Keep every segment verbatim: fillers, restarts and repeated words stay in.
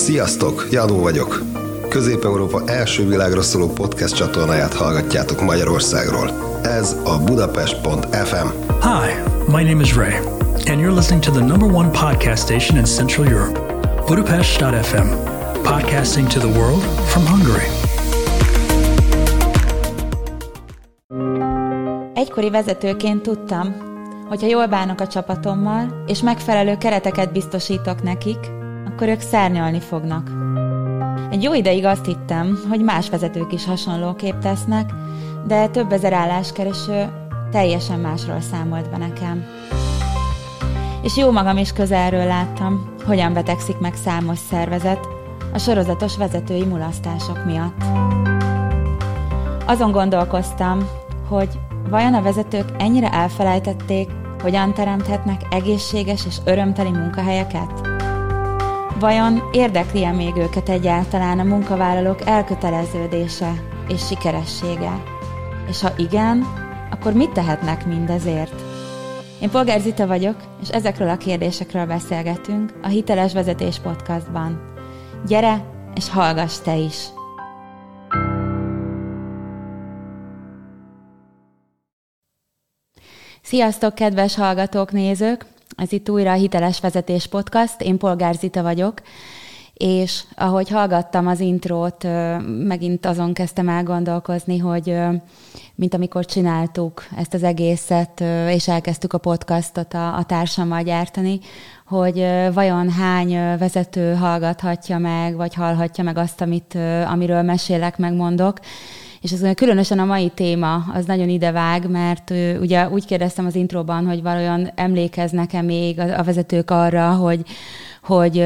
Sziasztok, Jadó vagyok. Közép-Európa első világra szóló podcast csatornáját hallgatjátok Magyarországról. Ez a Budapest pont ef em. Hi, my name is Ray, and you're listening to the number one podcast station in Central Europe, Budapest dot ef em, podcasting to the world from Hungary. Egykori vezetőként tudtam, hogyha jól bánok a csapatommal, és megfelelő kereteket biztosítok nekik, akkor ők szárnyalni fognak. Egy jó ideig azt hittem, hogy más vezetők is hasonlóképp tesznek, de több ezer álláskereső teljesen másról számolt be nekem. És jó magam is közelről láttam, hogyan betegszik meg számos szervezet a sorozatos vezetői mulasztások miatt. Azon gondolkoztam, hogy vajon a vezetők ennyire elfelejtették, hogyan teremthetnek egészséges és örömteli munkahelyeket? Vajon érdekli-e még őket egyáltalán a munkavállalók elköteleződése és sikeressége? És ha igen, akkor mit tehetnek mindezért? Én Polgár Zita vagyok, és ezekről a kérdésekről beszélgetünk a Hiteles Vezetés Podcastban. Gyere, és hallgass te is! Sziasztok, kedves hallgatók, nézők! Ez itt újra a Hiteles Vezetés Podcast, én Polgár Zita vagyok, és ahogy hallgattam az intrót, megint azon kezdtem el gondolkozni, hogy mint amikor csináltuk ezt az egészet, és elkezdtük a podcastot a, a társammal gyártani, hogy vajon hány vezető hallgathatja meg, vagy hallhatja meg azt, amit, amiről mesélek, megmondok. És ez különösen a mai téma, az nagyon idevág, mert ugye úgy kérdeztem az intróban, hogy valójában emlékeznek-e még a vezetők arra, hogy, hogy,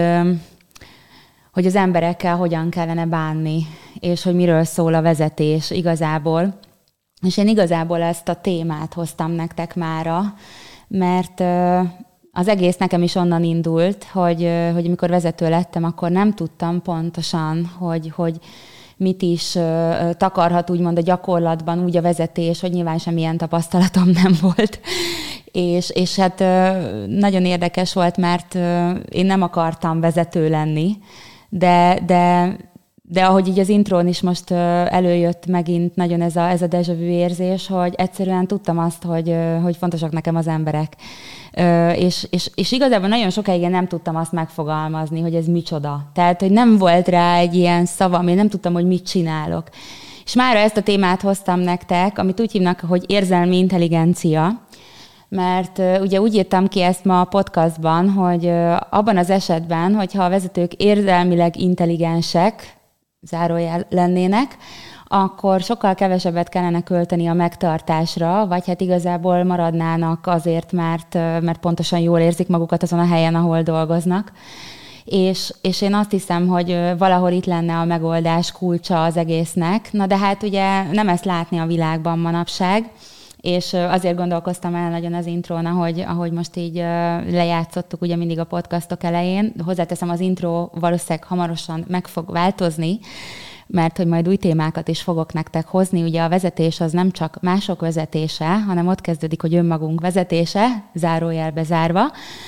hogy az emberekkel hogyan kellene bánni, és hogy miről szól a vezetés igazából. És én igazából ezt a témát hoztam nektek mára, mert az egész nekem is onnan indult, hogy, hogy amikor vezető lettem, akkor nem tudtam pontosan, hogy, hogy mit is uh, takarhat úgymond a gyakorlatban úgy a vezetés, hogy nyilván semmilyen tapasztalatom nem volt. és, és hát uh, nagyon érdekes volt, mert uh, én nem akartam vezető lenni, de, de, de ahogy így az intrón is most uh, előjött megint nagyon ez a, ez a déjà vu érzés, hogy egyszerűen tudtam azt, hogy, uh, hogy fontosak nekem az emberek. Uh, és, és, és igazából nagyon sokáig én nem tudtam azt megfogalmazni, hogy ez micsoda. Tehát, hogy nem volt rá egy ilyen szavam, én nem tudtam, hogy mit csinálok. És mára ezt a témát hoztam nektek, amit úgy hívnak, hogy érzelmi intelligencia, mert uh, ugye úgy írtam ki ezt ma a podcastban, hogy uh, abban az esetben, hogyha a vezetők érzelmileg intelligensek, zárójel lennének, akkor sokkal kevesebbet kellene költeni a megtartásra, vagy hát igazából maradnának azért, mert, mert pontosan jól érzik magukat azon a helyen, ahol dolgoznak. És, és én azt hiszem, hogy valahol itt lenne a megoldás kulcsa az egésznek. Na de hát ugye nem ezt látni a világban manapság, és azért gondolkoztam el nagyon az intrón, ahogy, ahogy most így lejátszottuk ugye mindig a podcastok elején. Hozzáteszem, az intro valószínűleg hamarosan meg fog változni, mert hogy majd új témákat is fogok nektek hozni. Ugye a vezetés az nem csak mások vezetése, hanem ott kezdődik, hogy önmagunk vezetése, zárójelbe zárva.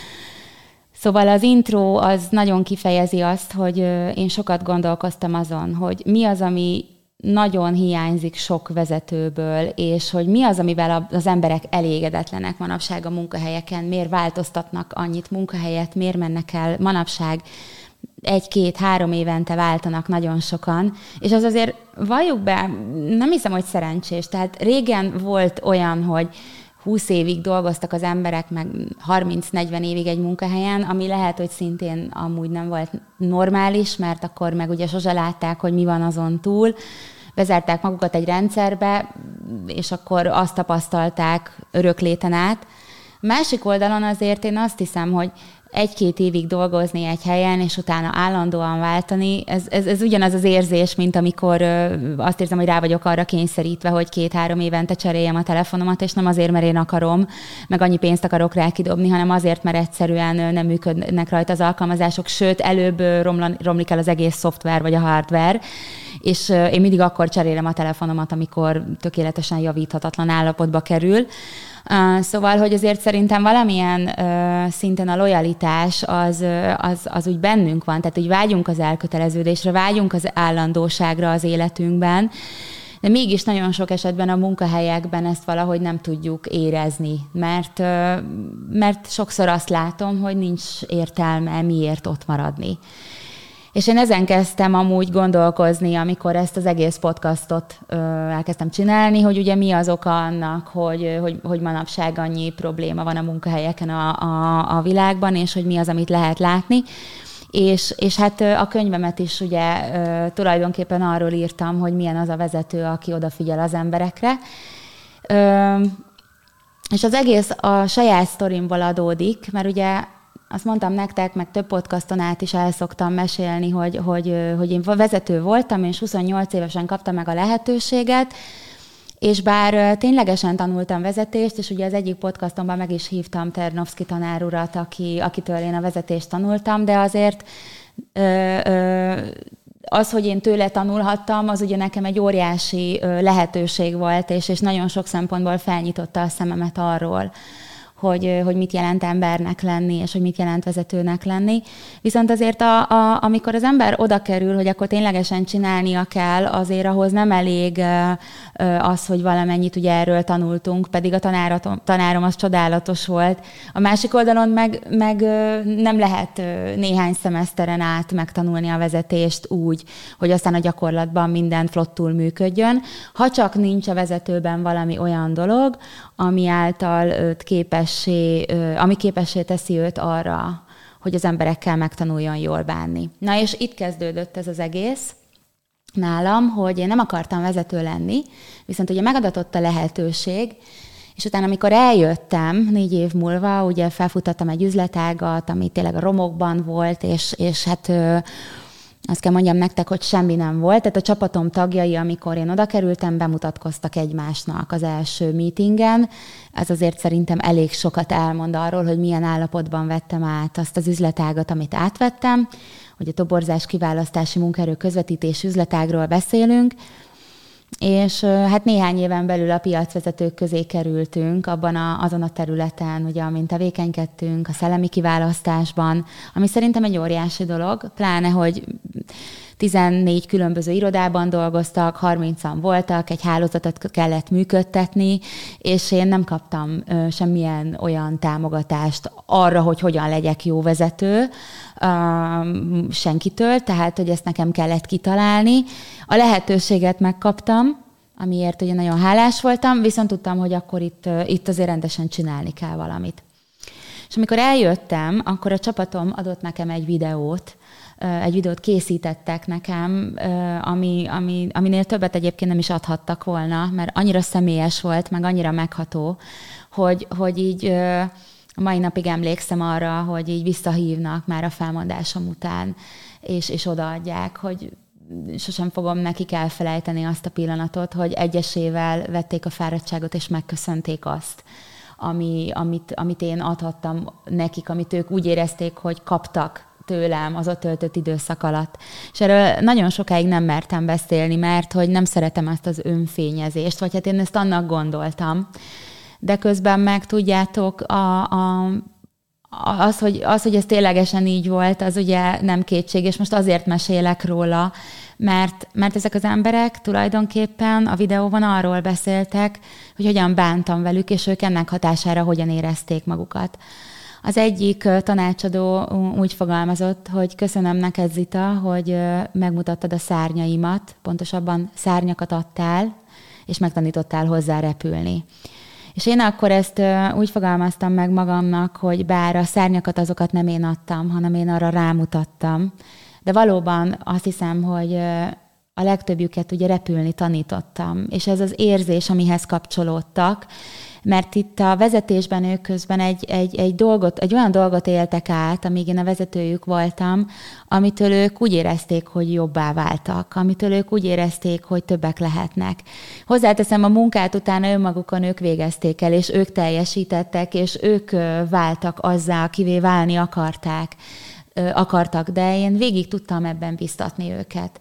Szóval az intro az nagyon kifejezi azt, hogy én sokat gondolkoztam azon, hogy mi az, ami nagyon hiányzik sok vezetőből, és hogy mi az, amivel az emberek elégedetlenek manapság a munkahelyeken, miért változtatnak annyit munkahelyet, miért mennek el manapság, egy-két-három évente váltanak nagyon sokan, és az azért valljuk be, nem hiszem, hogy szerencsés. Tehát régen volt olyan, hogy húsz évig dolgoztak az emberek, meg harminc-negyven évig egy munkahelyen, ami lehet, hogy szintén amúgy nem volt normális, mert akkor meg ugye sose látták, hogy mi van azon túl, bezárták magukat egy rendszerbe, és akkor azt tapasztalták örökléten át. Másik oldalon azért én azt hiszem, hogy egy-két évig dolgozni egy helyen, és utána állandóan váltani, ez, ez, ez ugyanaz az érzés, mint amikor ö, azt érzem, hogy rá vagyok arra kényszerítve, hogy két-három évente cseréljem a telefonomat, és nem azért, mert én akarom, meg annyi pénzt akarok rá kidobni, hanem azért, mert egyszerűen ö, nem működnek rajta az alkalmazások, sőt, előbb ö, romlan, romlik el az egész szoftver vagy a hardware, és én mindig akkor cserélem a telefonomat, amikor tökéletesen javíthatatlan állapotba kerül. Szóval, hogy azért szerintem valamilyen szinten a lojalitás az, az, az úgy bennünk van, tehát úgy vágyunk az elköteleződésre, vágyunk az állandóságra az életünkben, de mégis nagyon sok esetben a munkahelyekben ezt valahogy nem tudjuk érezni, mert, mert sokszor azt látom, hogy nincs értelme, miért ott maradni. És én ezen kezdtem amúgy gondolkozni, amikor ezt az egész podcastot ö, elkezdtem csinálni, hogy ugye mi az oka annak, hogy, hogy, hogy manapság annyi probléma van a munkahelyeken a, a, a világban, és hogy mi az, amit lehet látni. És, és hát a könyvemet is ugye tulajdonképpen arról írtam, hogy milyen az a vezető, aki odafigyel az emberekre. És az egész a saját sztorimból adódik, mert ugye azt mondtam nektek, meg több podcaston át is el szoktam mesélni, hogy, hogy, hogy én vezető voltam, és huszonnyolc évesen kaptam meg a lehetőséget, és bár ténylegesen tanultam vezetést, és ugye az egyik podcastomban meg is hívtam Ternovszky tanár urat, aki, akitől én a vezetést tanultam, de azért ö, ö, az, hogy én tőle tanulhattam, az ugye nekem egy óriási lehetőség volt, és, és nagyon sok szempontból felnyitotta a szememet arról, hogy, hogy mit jelent embernek lenni, és hogy mit jelent vezetőnek lenni. Viszont azért, a, a, amikor az ember oda kerül, hogy akkor ténylegesen csinálnia kell, azért ahhoz nem elég az, hogy valamennyit ugye erről tanultunk, pedig a tanáratom, tanárom az csodálatos volt. A másik oldalon meg, meg nem lehet néhány szemeszteren át megtanulni a vezetést úgy, hogy aztán a gyakorlatban minden flottul működjön, ha csak nincs a vezetőben valami olyan dolog, ami által őt képessé, ami képessé teszi őt arra, hogy az emberekkel megtanuljon jól bánni. Na és itt kezdődött ez az egész nálam, hogy én nem akartam vezető lenni, viszont ugye megadatott a lehetőség, és utána, amikor eljöttem négy év múlva, ugye felfutottam egy üzletágat, ami tényleg a romokban volt, és, és hát azt kell mondjam nektek, hogy semmi nem volt. Tehát a csapatom tagjai, amikor én oda kerültem, bemutatkoztak egymásnak az első meetingen. Ez azért szerintem elég sokat elmond arról, hogy milyen állapotban vettem át azt az üzletágat, amit átvettem. Hogy a toborzás kiválasztási munkaerő közvetítés üzletágról beszélünk, és hát néhány éven belül a piacvezetők közé kerültünk abban a, azon a területen, ugye, amint tevékenykedtünk, a szellemi kiválasztásban, ami szerintem egy óriási dolog, pláne, hogy tizennégy különböző irodában dolgoztak, harmincan voltak, egy hálózatot kellett működtetni, és én nem kaptam ö, semmilyen olyan támogatást arra, hogy hogyan legyek jó vezető ö, senkitől, tehát, hogy ezt nekem kellett kitalálni. A lehetőséget megkaptam, amiért ugye nagyon hálás voltam, viszont tudtam, hogy akkor itt, itt azért rendesen csinálni kell valamit. És amikor eljöttem, akkor a csapatom adott nekem egy videót, egy videót készítettek nekem, ami, ami, aminél többet egyébként nem is adhattak volna, mert annyira személyes volt, meg annyira megható, hogy, hogy így a mai napig emlékszem arra, hogy így visszahívnak már a felmondásom után, és, és odaadják, hogy sosem fogom nekik elfelejteni azt a pillanatot, hogy egyesével vették a fáradtságot, és megköszönték azt, ami, amit, amit én adhattam nekik, amit ők úgy érezték, hogy kaptak tőlem az ott töltött időszak alatt. És erről nagyon sokáig nem mertem beszélni, mert hogy nem szeretem ezt az önfényezést, vagy hát én ezt annak gondoltam. De közben meg tudjátok, a, a, az, hogy, az, hogy ez ténylegesen így volt, az ugye nem kétség, és most azért mesélek róla, mert, mert ezek az emberek tulajdonképpen a videóban arról beszéltek, hogy hogyan bántam velük, és ők ennek hatására hogyan érezték magukat. Az egyik tanácsadó úgy fogalmazott, hogy köszönöm neked, Zita, hogy megmutattad a szárnyaimat, pontosabban szárnyakat adtál, és megtanítottál hozzá repülni. És én akkor ezt úgy fogalmaztam meg magamnak, hogy bár a szárnyakat azokat nem én adtam, hanem én arra rámutattam, de valóban azt hiszem, hogy a legtöbbjüket ugye repülni tanítottam, és ez az érzés, amihez kapcsolódtak, mert itt a vezetésben ők közben egy, egy, egy, dolgot, egy olyan dolgot éltek át, amíg én a vezetőjük voltam, amitől ők úgy érezték, hogy jobbá váltak, amitől ők úgy érezték, hogy többek lehetnek. Hozzáteszem, a munkát utána önmagukon ők végezték el, és ők teljesítettek, és ők váltak azzá, akivé válni akarták, akartak, de én végig tudtam ebben biztatni őket.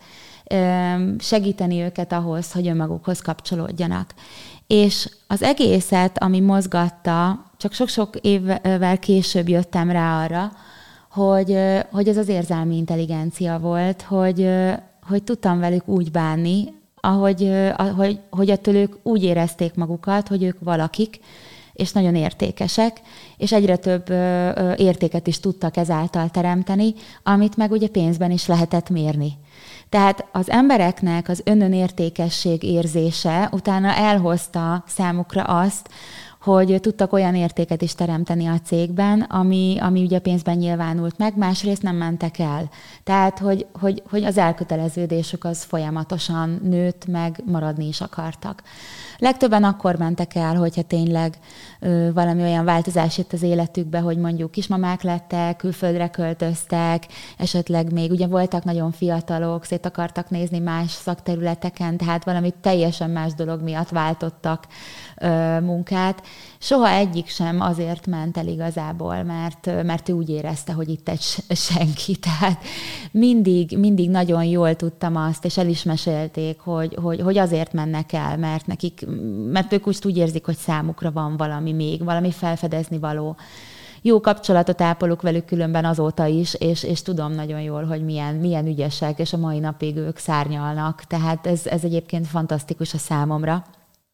segíteni őket ahhoz, hogy önmagukhoz kapcsolódjanak. És az egészet, ami mozgatta, csak sok-sok évvel később jöttem rá arra, hogy, hogy ez az érzelmi intelligencia volt, hogy, hogy tudtam velük úgy bánni, ahogy, ahogy, hogy attól ők úgy érezték magukat, hogy ők valakik, és nagyon értékesek, és egyre több értéket is tudtak ezáltal teremteni, amit meg ugye pénzben is lehetett mérni. Tehát az embereknek az önönértékesség érzése utána elhozta számukra azt, hogy tudtak olyan értéket is teremteni a cégben, ami, ami ugye pénzben nyilvánult meg, másrészt nem mentek el. Tehát, hogy, hogy, hogy az elköteleződésük az folyamatosan nőtt, meg maradni is akartak. Legtöbben akkor mentek el, hogyha tényleg ö, valami olyan változás jött az életükbe, hogy mondjuk kismamák lettek, külföldre költöztek, esetleg még ugye voltak nagyon fiatalok, szét akartak nézni más szakterületeken, tehát valami teljesen más dolog miatt váltottak ö, munkát. Soha egyik sem azért ment el igazából, mert, mert ő úgy érezte, hogy itt egy senki. Tehát mindig, mindig nagyon jól tudtam azt, és el is mesélték, hogy, hogy, hogy azért mennek el, mert nekik, mert ők úgy érzik, hogy számukra van valami még, valami felfedezni való. Jó kapcsolatot ápolok velük különben azóta is, és, és tudom nagyon jól, hogy milyen, milyen ügyesek, és a mai napig ők szárnyalnak. Tehát ez, ez egyébként fantasztikus a számomra.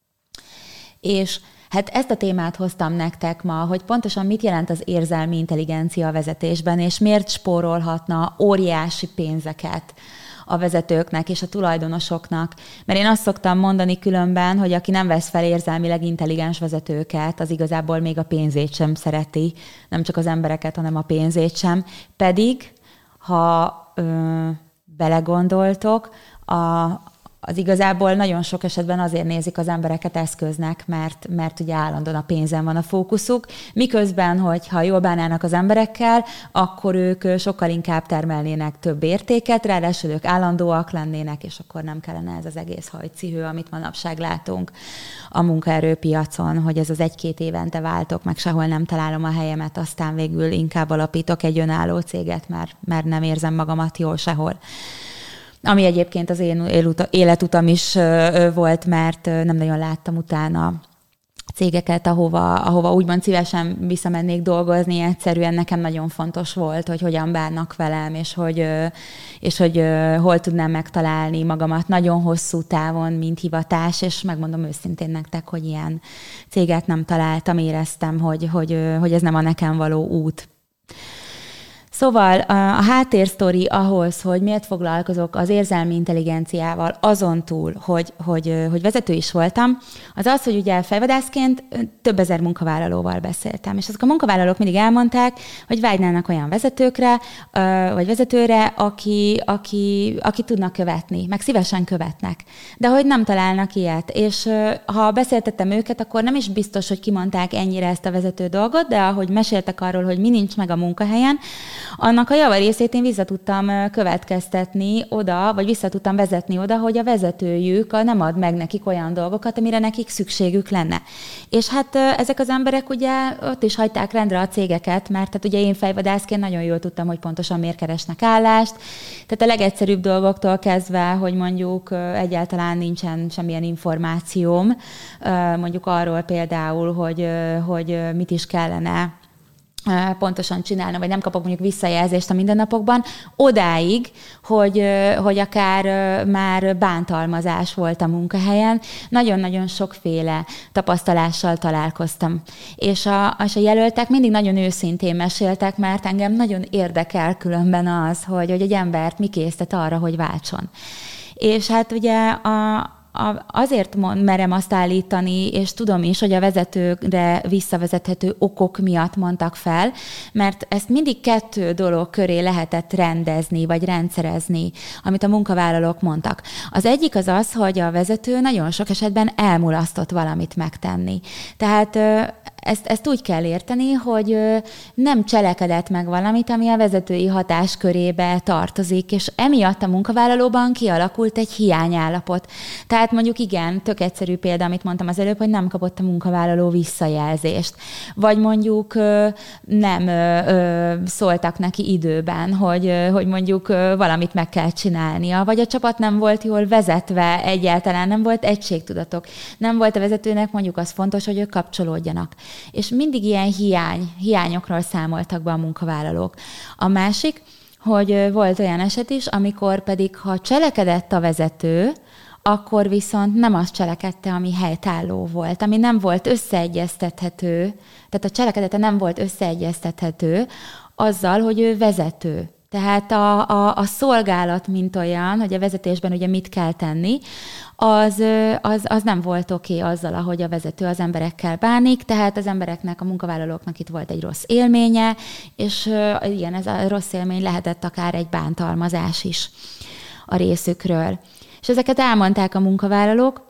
És hát ezt a témát hoztam nektek ma, hogy pontosan mit jelent az érzelmi intelligencia a vezetésben, és miért spórolhatna óriási pénzeket a vezetőknek és a tulajdonosoknak. Mert én azt szoktam mondani különben, hogy aki nem vesz fel érzelmileg intelligens vezetőket, az igazából még a pénzét sem szereti, nem csak az embereket, hanem a pénzét sem. Pedig, ha ö, belegondoltok, a az igazából nagyon sok esetben azért nézik az embereket eszköznek, mert, mert ugye állandóan a pénzen van a fókuszuk, miközben, hogyha jól bánnának az emberekkel, akkor ők sokkal inkább termelnének több értéket, ráadásul ők állandóak lennének, és akkor nem kellene ez az egész hajcihő, amit manapság látunk a munkaerőpiacon, hogy ez az egy-két évente váltok, meg sehol nem találom a helyemet, aztán végül inkább alapítok egy önálló céget, mert, mert nem érzem magamat jól sehol. Ami egyébként az én életutam is volt, mert nem nagyon láttam utána cégeket, ahova, ahova úgymond szívesen visszamennék dolgozni. Egyszerűen nekem nagyon fontos volt, hogy hogyan bánnak velem, és hogy, és hogy hol tudnám megtalálni magamat nagyon hosszú távon, mint hivatás, és megmondom őszintén nektek, hogy ilyen céget nem találtam, éreztem, hogy, hogy, hogy ez nem a nekem való út. Szóval a háttérsztori ahhoz, hogy miért foglalkozok az érzelmi intelligenciával azon túl, hogy, hogy, hogy vezető is voltam, az az, hogy ugye fejvadászként több ezer munkavállalóval beszéltem. És azok a munkavállalók mindig elmondták, hogy vágynának olyan vezetőkre, vagy vezetőre, aki, aki, aki tudnak követni, meg szívesen követnek. De hogy nem találnak ilyet. És ha beszéltettem őket, akkor nem is biztos, hogy kimondták ennyire ezt a vezető dolgot, de ahogy meséltek arról, hogy mi nincs meg a munkahelyen, annak a javarészét én vissza tudtam következtetni oda, vagy vissza tudtam vezetni oda, hogy a vezetőjük nem ad meg nekik olyan dolgokat, amire nekik szükségük lenne. És hát ezek az emberek ugye ott is hagyták rendre a cégeket, mert hát ugye én fejvadászként nagyon jól tudtam, hogy pontosan miért keresnek állást. Tehát a legegyszerűbb dolgoktól kezdve, hogy mondjuk egyáltalán nincsen semmilyen információm, mondjuk arról például, hogy, hogy mit is kellene pontosan csinálna, vagy nem kapok mondjuk visszajelzést a mindennapokban, odáig, hogy, hogy akár már bántalmazás volt a munkahelyen, nagyon-nagyon sokféle tapasztalással találkoztam. És a, és a jelöltek mindig nagyon őszintén meséltek, mert engem nagyon érdekel különben az, hogy, hogy egy embert mi késztet arra, hogy váltson. És hát ugye a azért merem azt állítani, és tudom is, hogy a vezetőkre visszavezethető okok miatt mondtak fel, mert ezt mindig kettő dolog köré lehetett rendezni, vagy rendszerezni, amit a munkavállalók mondtak. Az egyik az az, hogy a vezető nagyon sok esetben elmulasztott valamit megtenni. Tehát ezt, ezt úgy kell érteni, hogy nem cselekedett meg valamit, ami a vezetői hatáskörébe tartozik, és emiatt a munkavállalóban kialakult egy hiányállapot. Tehát mondjuk igen, tök egyszerű példa, amit mondtam az előbb, hogy nem kapott a munkavállaló visszajelzést. Vagy mondjuk nem szóltak neki időben, hogy, hogy mondjuk valamit meg kell csinálnia, vagy a csapat nem volt jól vezetve, egyáltalán nem volt egységtudatok. Nem volt a vezetőnek mondjuk az fontos, hogy ők kapcsolódjanak. És mindig ilyen hiány, hiányokról számoltak be a munkavállalók. A másik, hogy volt olyan eset is, amikor pedig, ha cselekedett a vezető, akkor viszont nem azt cselekedte, ami helytálló volt, ami nem volt összeegyeztethető, tehát a cselekedete nem volt összeegyeztethető azzal, hogy ő vezető. Tehát a, a, a szolgálat, mint olyan, hogy a vezetésben ugye mit kell tenni, az, az, az nem volt oké okay azzal, ahogy a vezető az emberekkel bánik, tehát az embereknek, a munkavállalóknak itt volt egy rossz élménye, és igen, ez a rossz élmény lehetett akár egy bántalmazás is a részükről. És ezeket elmondták a munkavállalók,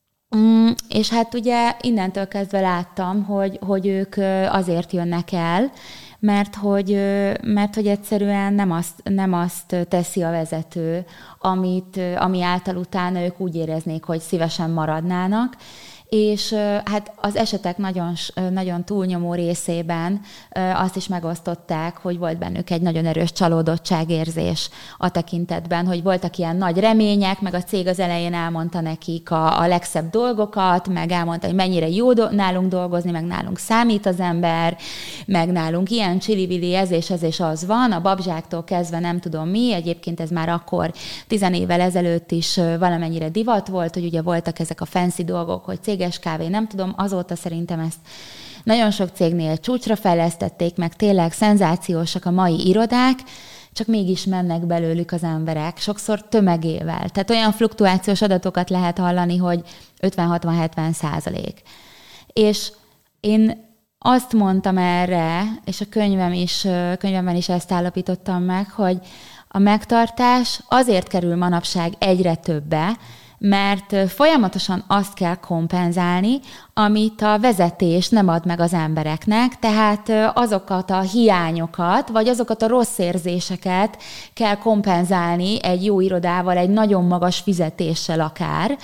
és hát ugye innentől kezdve láttam, hogy, hogy ők azért jönnek el, mert hogy, mert hogy egyszerűen nem azt, nem azt teszi a vezető, amit, ami által utána ők úgy éreznék, hogy szívesen maradnának, és hát az esetek nagyon, nagyon túlnyomó részében azt is megosztották, hogy volt bennük egy nagyon erős csalódottságérzés a tekintetben, hogy voltak ilyen nagy remények, meg a cég az elején elmondta nekik a, a legszebb dolgokat, meg elmondta, hogy mennyire jó do- nálunk dolgozni, meg nálunk számít az ember, meg nálunk ilyen csili-vili ez és ez és az van, a babzsáktól kezdve nem tudom mi, egyébként ez már akkor tizen évvel ezelőtt is valamennyire divat volt, hogy ugye voltak ezek a fancy dolgok, hogy cég kávé, nem tudom, azóta szerintem ezt nagyon sok cégnél csúcsra fejlesztették, meg tényleg szenzációsak a mai irodák, csak mégis mennek belőlük az emberek, sokszor tömegével. Tehát olyan fluktuációs adatokat lehet hallani, hogy ötven-hatvan-hetven százalék. És én azt mondtam erre, és a könyvem is, könyvemben is ezt állapítottam meg, hogy a megtartás azért kerül manapság egyre többe, mert folyamatosan azt kell kompenzálni, amit a vezetés nem ad meg az embereknek, tehát azokat a hiányokat, vagy azokat a rossz érzéseket kell kompenzálni egy jó irodával, egy nagyon magas fizetéssel akár,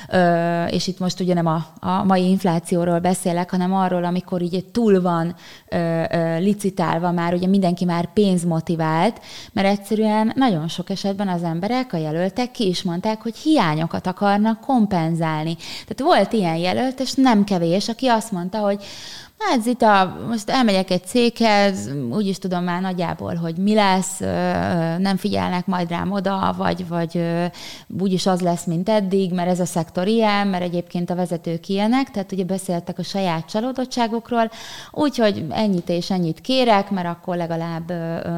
és itt most ugye nem a, a mai inflációról beszélek, hanem arról, amikor így túl van licitálva már, ugye mindenki már pénzmotivált, mert egyszerűen nagyon sok esetben az emberek, a jelöltek ki is mondták, hogy hiányokat akarnak kompenzálni. Tehát volt ilyen jelölt, és nem kevés, aki azt mondta, hogy hát Zita, most elmegyek egy céghez, úgyis tudom már nagyjából, hogy mi lesz, nem figyelnek majd rám oda, vagy, vagy úgyis az lesz, mint eddig, mert ez a szektor ilyen, mert egyébként a vezetők ilyenek, tehát ugye beszéltek a saját csalódottságokról, úgyhogy ennyit és ennyit kérek, mert akkor legalább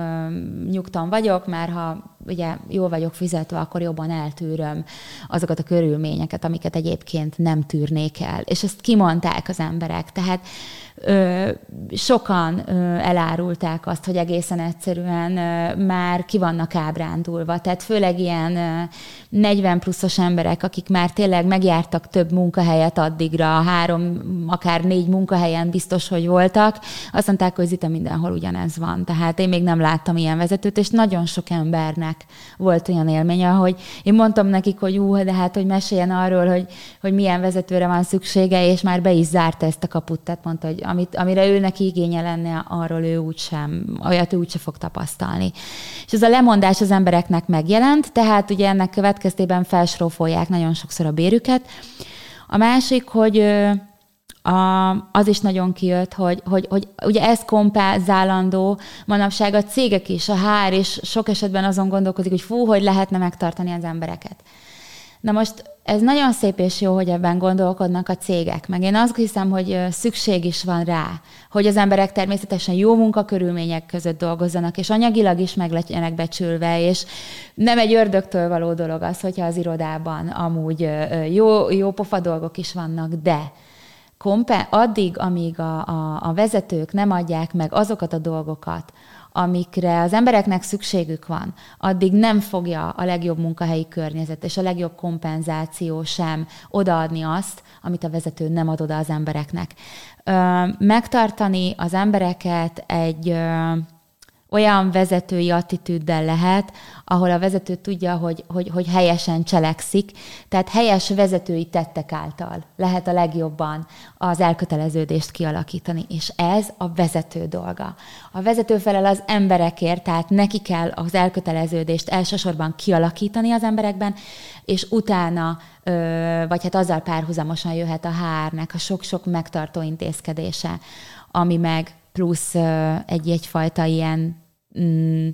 nyugtan vagyok, mert ha ugye jól vagyok fizetve, akkor jobban eltűröm azokat a körülményeket, amiket egyébként nem tűrnék el. És ezt kimondták az emberek. Tehát ö, sokan ö, elárulták azt, hogy egészen egyszerűen ö, már ki vannak ábrándulva. Tehát főleg ilyen ö, negyven pluszos emberek, akik már tényleg megjártak több munkahelyet addigra, három, akár négy munkahelyen biztos, hogy voltak, azt mondták, hogy Zita, mindenhol ugyanez van. Tehát én még nem láttam ilyen vezetőt, és nagyon sok embernek volt olyan élménye, hogy én mondtam nekik, hogy ú, de hát, hogy meséljen arról, hogy, hogy milyen vezetőre van szüksége, és már be is zárta ezt a kaput, tehát mondta, hogy amit, amire ő neki igénye lenne, arról ő úgysem, olyat ő úgyse fog tapasztalni. És ez a lemondás az embereknek megjelent, tehát ugye ennek következtében felsrófolják nagyon sokszor a bérüket. A másik, hogy A, az is nagyon kijött, hogy, hogy, hogy ugye ez kompenzálandó manapság a cégek is, a há er is sok esetben azon gondolkozik, hogy fú, hogy lehetne megtartani az embereket. Na most ez nagyon szép és jó, hogy ebben gondolkodnak a cégek, meg én azt hiszem, hogy szükség is van rá, hogy az emberek természetesen jó munkakörülmények között dolgozzanak, és anyagilag is meg legyenek becsülve, és nem egy ördögtől való dolog az, hogyha az irodában amúgy jó, jó pofa dolgok is vannak, de Kompen, addig, amíg a, a, a vezetők nem adják meg azokat a dolgokat, amikre az embereknek szükségük van, addig nem fogja a legjobb munkahelyi környezet és a legjobb kompenzáció sem odaadni azt, amit a vezető nem ad oda az embereknek. Megtartani az embereket egy olyan vezetői attitűddel lehet, ahol a vezető tudja, hogy, hogy, hogy helyesen cselekszik, tehát helyes vezetői tettek által lehet a legjobban az elköteleződést kialakítani, és ez a vezető dolga. A vezető felel az emberekért, tehát neki kell az elköteleződést elsősorban kialakítani az emberekben, és utána, vagy hát azzal párhuzamosan jöhet a há er-nek a sok-sok megtartó intézkedése, ami meg plusz egy egyfajta ilyen mm,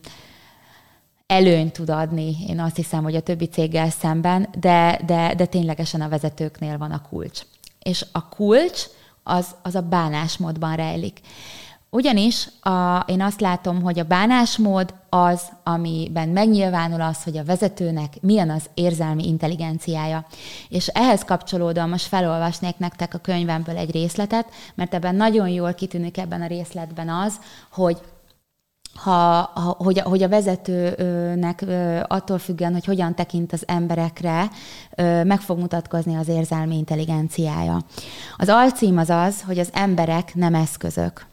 előnyt tud adni, én azt hiszem, hogy a többi céggel szemben, de, de, de ténylegesen a vezetőknél van a kulcs. És a kulcs az, az a bánásmódban rejlik. Ugyanis a, én azt látom, hogy a bánásmód az, amiben megnyilvánul az, hogy a vezetőnek milyen az érzelmi intelligenciája. És ehhez kapcsolódóan most felolvasnék nektek a könyvemből egy részletet, mert ebben nagyon jól kitűnik ebben a részletben az, hogy Ha, ha, hogy, hogy a vezetőnek attól függően, hogy hogyan tekint az emberekre, meg fog mutatkozni az érzelmi intelligenciája. Az alcím az az, hogy az emberek nem eszközök.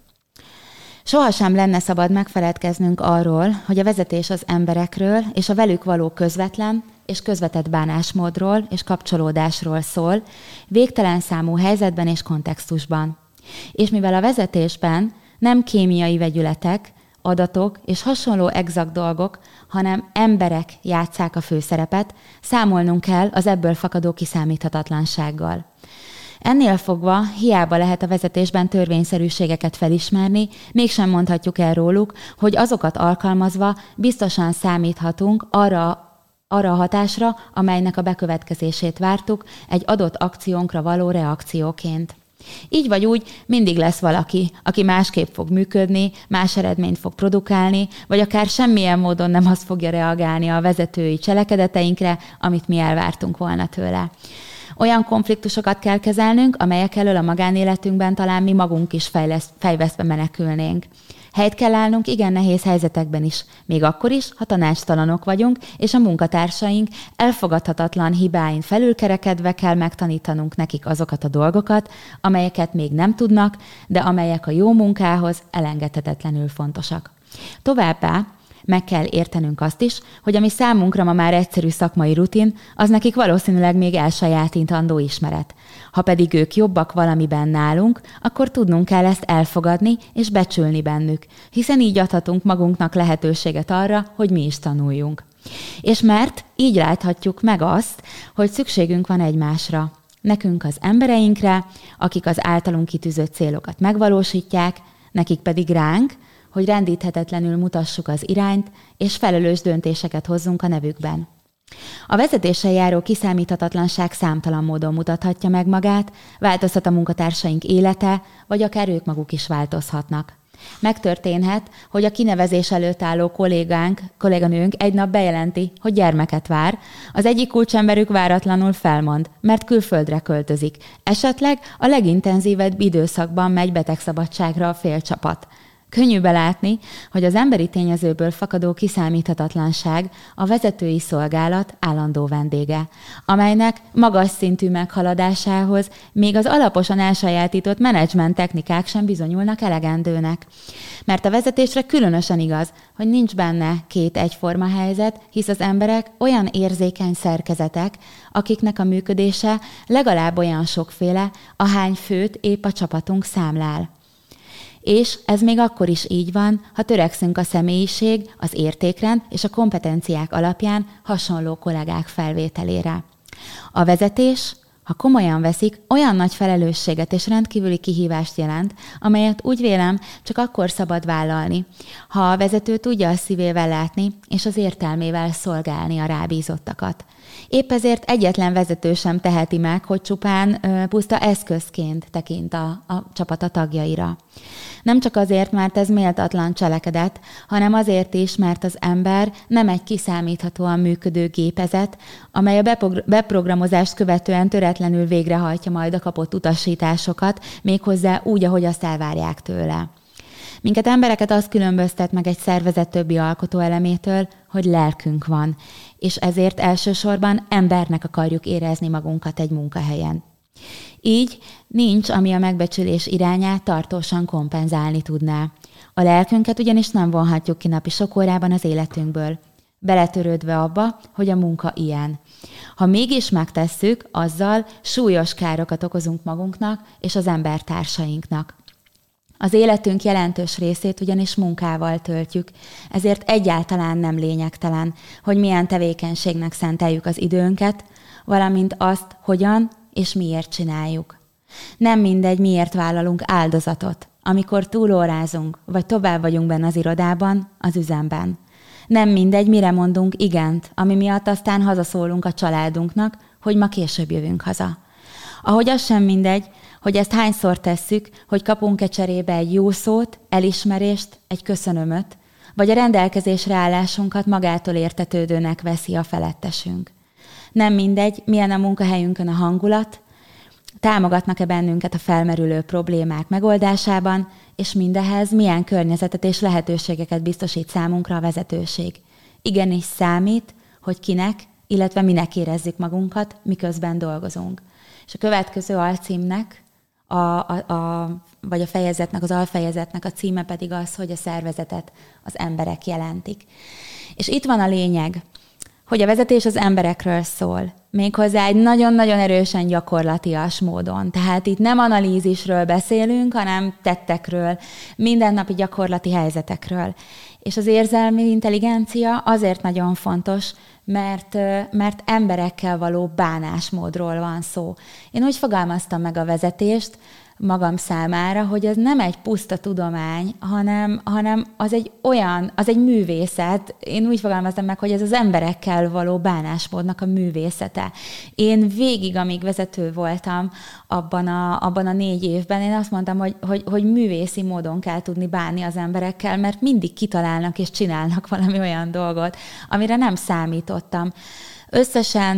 Sohasem lenne szabad megfeledkeznünk arról, hogy a vezetés az emberekről és a velük való közvetlen és közvetett bánásmódról és kapcsolódásról szól, végtelen számú helyzetben és kontextusban. És mivel a vezetésben nem kémiai vegyületek, adatok és hasonló exakt dolgok, hanem emberek játsszák a főszerepet, számolnunk kell az ebből fakadó kiszámíthatatlansággal. Ennél fogva hiába lehet a vezetésben törvényszerűségeket felismerni, mégsem mondhatjuk el róluk, hogy azokat alkalmazva biztosan számíthatunk arra, arra a hatásra, amelynek a bekövetkezését vártuk egy adott akciónkra való reakcióként. Így vagy úgy mindig lesz valaki, aki másképp fog működni, más eredményt fog produkálni, vagy akár semmilyen módon nem azt fogja reagálni a vezetői cselekedeteinkre, amit mi elvártunk volna tőle. Olyan konfliktusokat kell kezelnünk, amelyek elől a magánéletünkben talán mi magunk is fejlesz, fejvesztve menekülnénk. Helyt kell állnunk igen nehéz helyzetekben is, még akkor is, ha tanácstalanok vagyunk, és a munkatársaink elfogadhatatlan hibáin felülkerekedve kell megtanítanunk nekik azokat a dolgokat, amelyeket még nem tudnak, de amelyek a jó munkához elengedhetetlenül fontosak. Továbbá meg kell értenünk azt is, hogy ami számunkra ma már egyszerű szakmai rutin, az nekik valószínűleg még elsajátítandó ismeret. Ha pedig ők jobbak valamiben nálunk, akkor tudnunk kell ezt elfogadni és becsülni bennük, hiszen így adhatunk magunknak lehetőséget arra, hogy mi is tanuljunk. És mert így láthatjuk meg azt, hogy szükségünk van egymásra. Nekünk az embereinkre, akik az általunk kitűzött célokat megvalósítják, nekik pedig ránk, hogy rendíthetetlenül mutassuk az irányt, és felelős döntéseket hozzunk a nevükben. A vezetéssel járó kiszámíthatatlanság számtalan módon mutathatja meg magát, változhat a munkatársaink élete, vagy akár ők maguk is változhatnak. Megtörténhet, hogy a kinevezés előtt álló kollégánk, kolléganőnk egy nap bejelenti, hogy gyermeket vár, az egyik kulcsemberük váratlanul felmond, mert külföldre költözik, esetleg a legintenzívebb időszakban megy betegszabadságra a fél csapat. Könnyű belátni, hogy az emberi tényezőből fakadó kiszámíthatatlanság a vezetői szolgálat állandó vendége, amelynek magas szintű meghaladásához még az alaposan elsajátított menedzsment technikák sem bizonyulnak elegendőnek. Mert a vezetésre különösen igaz, hogy nincs benne két egyforma helyzet, hisz az emberek olyan érzékeny szerkezetek, akiknek a működése legalább olyan sokféle, ahány főt épp a csapatunk számlál. És ez még akkor is így van, ha törekszünk a személyiség, az értékrend és a kompetenciák alapján hasonló kollégák felvételére. A vezetés, ha komolyan veszik, olyan nagy felelősséget és rendkívüli kihívást jelent, amelyet úgy vélem csak akkor szabad vállalni, ha a vezető tudja a szívével látni és az értelmével szolgálni a rábízottakat. Épp ezért egyetlen vezető sem teheti meg, hogy csupán ö, puszta eszközként tekint a, a csapata tagjaira. Nem csak azért, mert ez méltatlan cselekedet, hanem azért is, mert az ember nem egy kiszámíthatóan működő gépezet, amely a bepogr- beprogramozást követően töretlenül végrehajtja majd a kapott utasításokat, méghozzá úgy, ahogy azt elvárják tőle. Minket embereket az különböztet meg egy szervezet többi alkotóelemétől, hogy lelkünk van, és ezért elsősorban embernek akarjuk érezni magunkat egy munkahelyen. Így nincs, ami a megbecsülés irányát tartósan kompenzálni tudná. A lelkünket ugyanis nem vonhatjuk ki napi sok órában az életünkből, beletörődve abba, hogy a munka ilyen. Ha mégis megtesszük, azzal súlyos károkat okozunk magunknak és az embertársainknak. Az életünk jelentős részét ugyanis munkával töltjük, ezért egyáltalán nem lényegtelen, hogy milyen tevékenységnek szenteljük az időnket, valamint azt, hogyan és miért csináljuk. Nem mindegy, miért vállalunk áldozatot, amikor túlórázunk, vagy tovább vagyunk benne az irodában, az üzemben. Nem mindegy, mire mondunk igent, ami miatt aztán hazaszólunk a családunknak, hogy ma később jövünk haza. Ahogy az sem mindegy, hogy ezt hányszor tesszük, hogy kapunk-e cserébe egy jó szót, elismerést, egy köszönömöt, vagy a rendelkezésre állásunkat magától értetődőnek veszi a felettesünk. Nem mindegy, milyen a munkahelyünkön a hangulat, támogatnak-e bennünket a felmerülő problémák megoldásában, és mindehez milyen környezetet és lehetőségeket biztosít számunkra a vezetőség. Igenis számít, hogy kinek, illetve minek érezzük magunkat, miközben dolgozunk. És a következő alcímnek, a, a, a, vagy a fejezetnek, az alfejezetnek a címe pedig az, hogy a szervezetet az emberek jelentik. És itt van a lényeg, hogy a vezetés az emberekről szól, méghozzá egy nagyon-nagyon erősen gyakorlatias módon. Tehát itt nem analízisről beszélünk, hanem tettekről, mindennapi gyakorlati helyzetekről. És az érzelmi intelligencia azért nagyon fontos, mert, mert emberekkel való bánásmódról van szó. Én úgy fogalmaztam meg a vezetést magam számára, hogy ez nem egy puszta tudomány, hanem, hanem az egy olyan, az egy művészet. Én úgy fogalmaztam meg, hogy ez az emberekkel való bánásmódnak a művészete. Én végig, amíg vezető voltam abban a, abban a négy évben, én azt mondtam, hogy, hogy, hogy művészi módon kell tudni bánni az emberekkel, mert mindig kitalálnak és csinálnak valami olyan dolgot, amire nem számítottam. Összesen,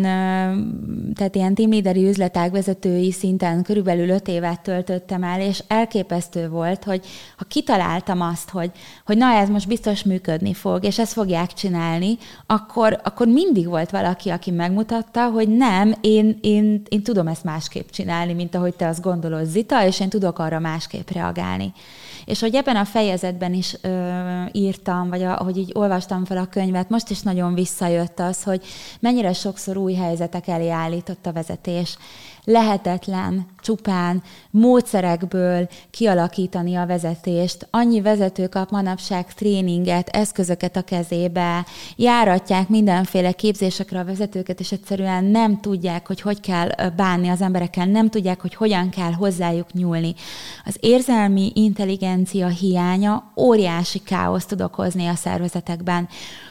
tehát ilyen team leaderi üzletág vezetői szinten körülbelül öt évet töltöttem el, és elképesztő volt, hogy ha kitaláltam azt, hogy, hogy na ez most biztos működni fog, és ezt fogják csinálni, akkor, akkor mindig volt valaki, aki megmutatta, hogy nem, én, én, én tudom ezt másképp csinálni, mint ahogy te azt gondolod, Zita, és én tudok arra másképp reagálni. És hogy ebben a fejezetben is ö, írtam, vagy ahogy így olvastam fel a könyvet, most is nagyon visszajött az, hogy mennyire sokszor új helyzetek elé állított a vezetés. Lehetetlen csupán módszerekből kialakítani a vezetést. Annyi vezető kap manapság tréninget, eszközöket a kezébe, járatják mindenféle képzésekre a vezetőket, és egyszerűen nem tudják, hogy hogy kell bánni az emberekkel, nem tudják, hogy hogyan kell hozzájuk nyúlni. Az érzelmi intelligencia hiánya óriási káoszt tud okozni a szervezetekben.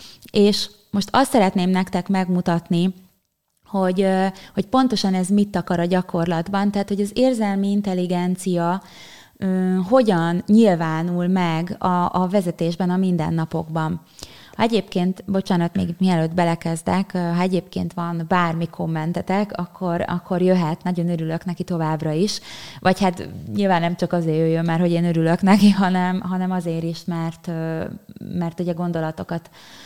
És most azt szeretném nektek megmutatni, Hogy, hogy pontosan ez mit akar a gyakorlatban, tehát hogy az érzelmi intelligencia ö, hogyan nyilvánul meg a, a vezetésben, a mindennapokban. Ha egyébként, bocsánat, még mielőtt belekezdek, ha egyébként van bármi kommentetek, akkor, akkor jöhet, nagyon örülök neki továbbra is. Vagy hát nyilván nem csak azért jöjjön, mert hogy én örülök neki, hanem, hanem azért is, mert, mert ugye gondolatokat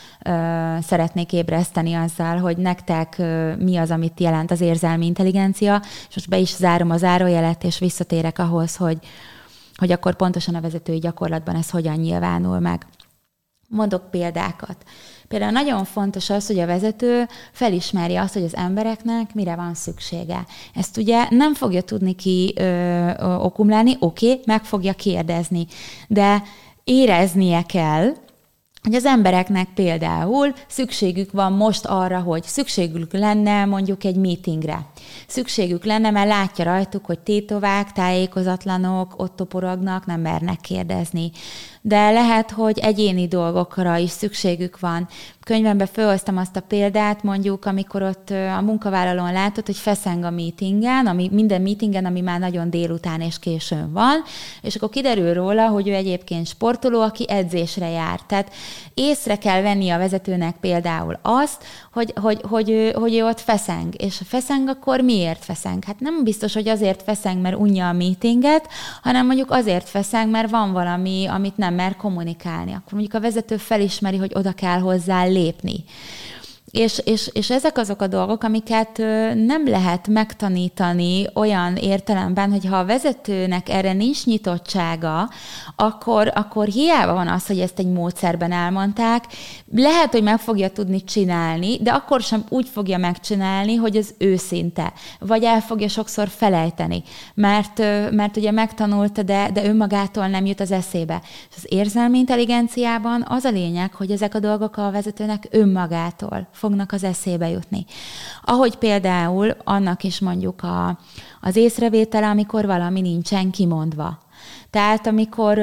szeretnék ébreszteni azzal, hogy nektek mi az, amit jelent az érzelmi intelligencia, és most be is zárom a zárójelet, és visszatérek ahhoz, hogy, hogy akkor pontosan a vezetői gyakorlatban ez hogyan nyilvánul meg. Mondok példákat. Például nagyon fontos az, hogy a vezető felismerje azt, hogy az embereknek mire van szüksége. Ezt ugye nem fogja tudni ki ö, ö, okumlálni, oké, okay, meg fogja kérdezni, de éreznie kell, hogy az embereknek például szükségük van most arra, hogy szükségük lenne mondjuk egy meetingre. Szükségük lenne, mert látja rajtuk, hogy tétovák, tájékozatlanok, ott toporognak, nem mernek kérdezni. De lehet, hogy egyéni dolgokra is szükségük van. könyvemben felhoztam azt a példát, mondjuk, amikor ott a munkavállalón látod, hogy feszeng a meetingen, ami, minden meetingen, ami már nagyon délután és későn van, és akkor kiderül róla, hogy ő egyébként sportoló, aki edzésre jár. Tehát észre kell venni a vezetőnek például azt, hogy, hogy, hogy, ő, hogy ő ott feszeng. És ha feszeng, akkor miért feszeng? Hát nem biztos, hogy azért feszeng, mert unja a meetinget, hanem mondjuk azért feszeng, mert van valami, amit nem mer kommunikálni. Akkor mondjuk a vezető felismeri, hogy oda kell hozzá lépni. És, és, és ezek azok a dolgok, amiket nem lehet megtanítani olyan értelemben, hogy ha a vezetőnek erre nincs nyitottsága, akkor, akkor hiába van az, hogy ezt egy módszerben elmondták. Lehet, hogy meg fogja tudni csinálni, de akkor sem úgy fogja megcsinálni, hogy az őszinte, vagy el fogja sokszor felejteni, mert, mert ugye megtanulta, de, de önmagától nem jut az eszébe. És az érzelmi intelligenciában az a lényeg, hogy ezek a dolgok a vezetőnek önmagától fognak az eszébe jutni. Ahogy például annak is mondjuk a, az észrevétele, amikor valami nincsen kimondva. Tehát amikor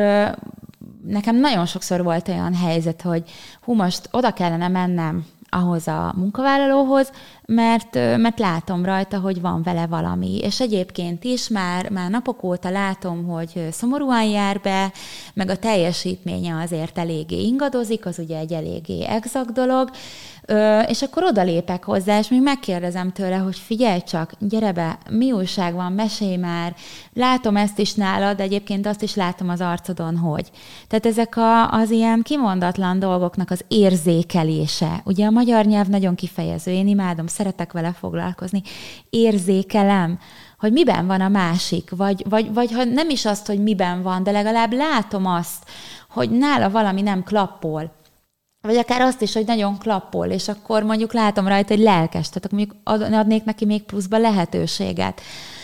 nekem nagyon sokszor volt olyan helyzet, hogy hú, most oda kellene mennem ahhoz a munkavállalóhoz, mert, mert látom rajta, hogy van vele valami. És egyébként is már, már napok óta látom, hogy szomorúan jár be, meg a teljesítménye azért eléggé ingadozik, az ugye egy eléggé exakt dolog, és akkor odalépek hozzá, és még megkérdezem tőle, hogy figyelj csak, gyere be, mi újság van, mesélj már, látom ezt is nálad, de egyébként azt is látom az arcodon, hogy. Tehát ezek a, az ilyen kimondatlan dolgoknak az érzékelése. Ugye a magyar nyelv nagyon kifejező, én imádom, szeretek vele foglalkozni. Érzékelem, hogy miben van a másik, vagy, vagy, vagy ha nem is azt, hogy miben van, de legalább látom azt, hogy nála valami nem klappol. Vagy akár azt is, hogy nagyon klappol, és akkor mondjuk látom rajta, hogy lelkes, tehát akkor mondjuk adnék neki még pluszba lehetőséget.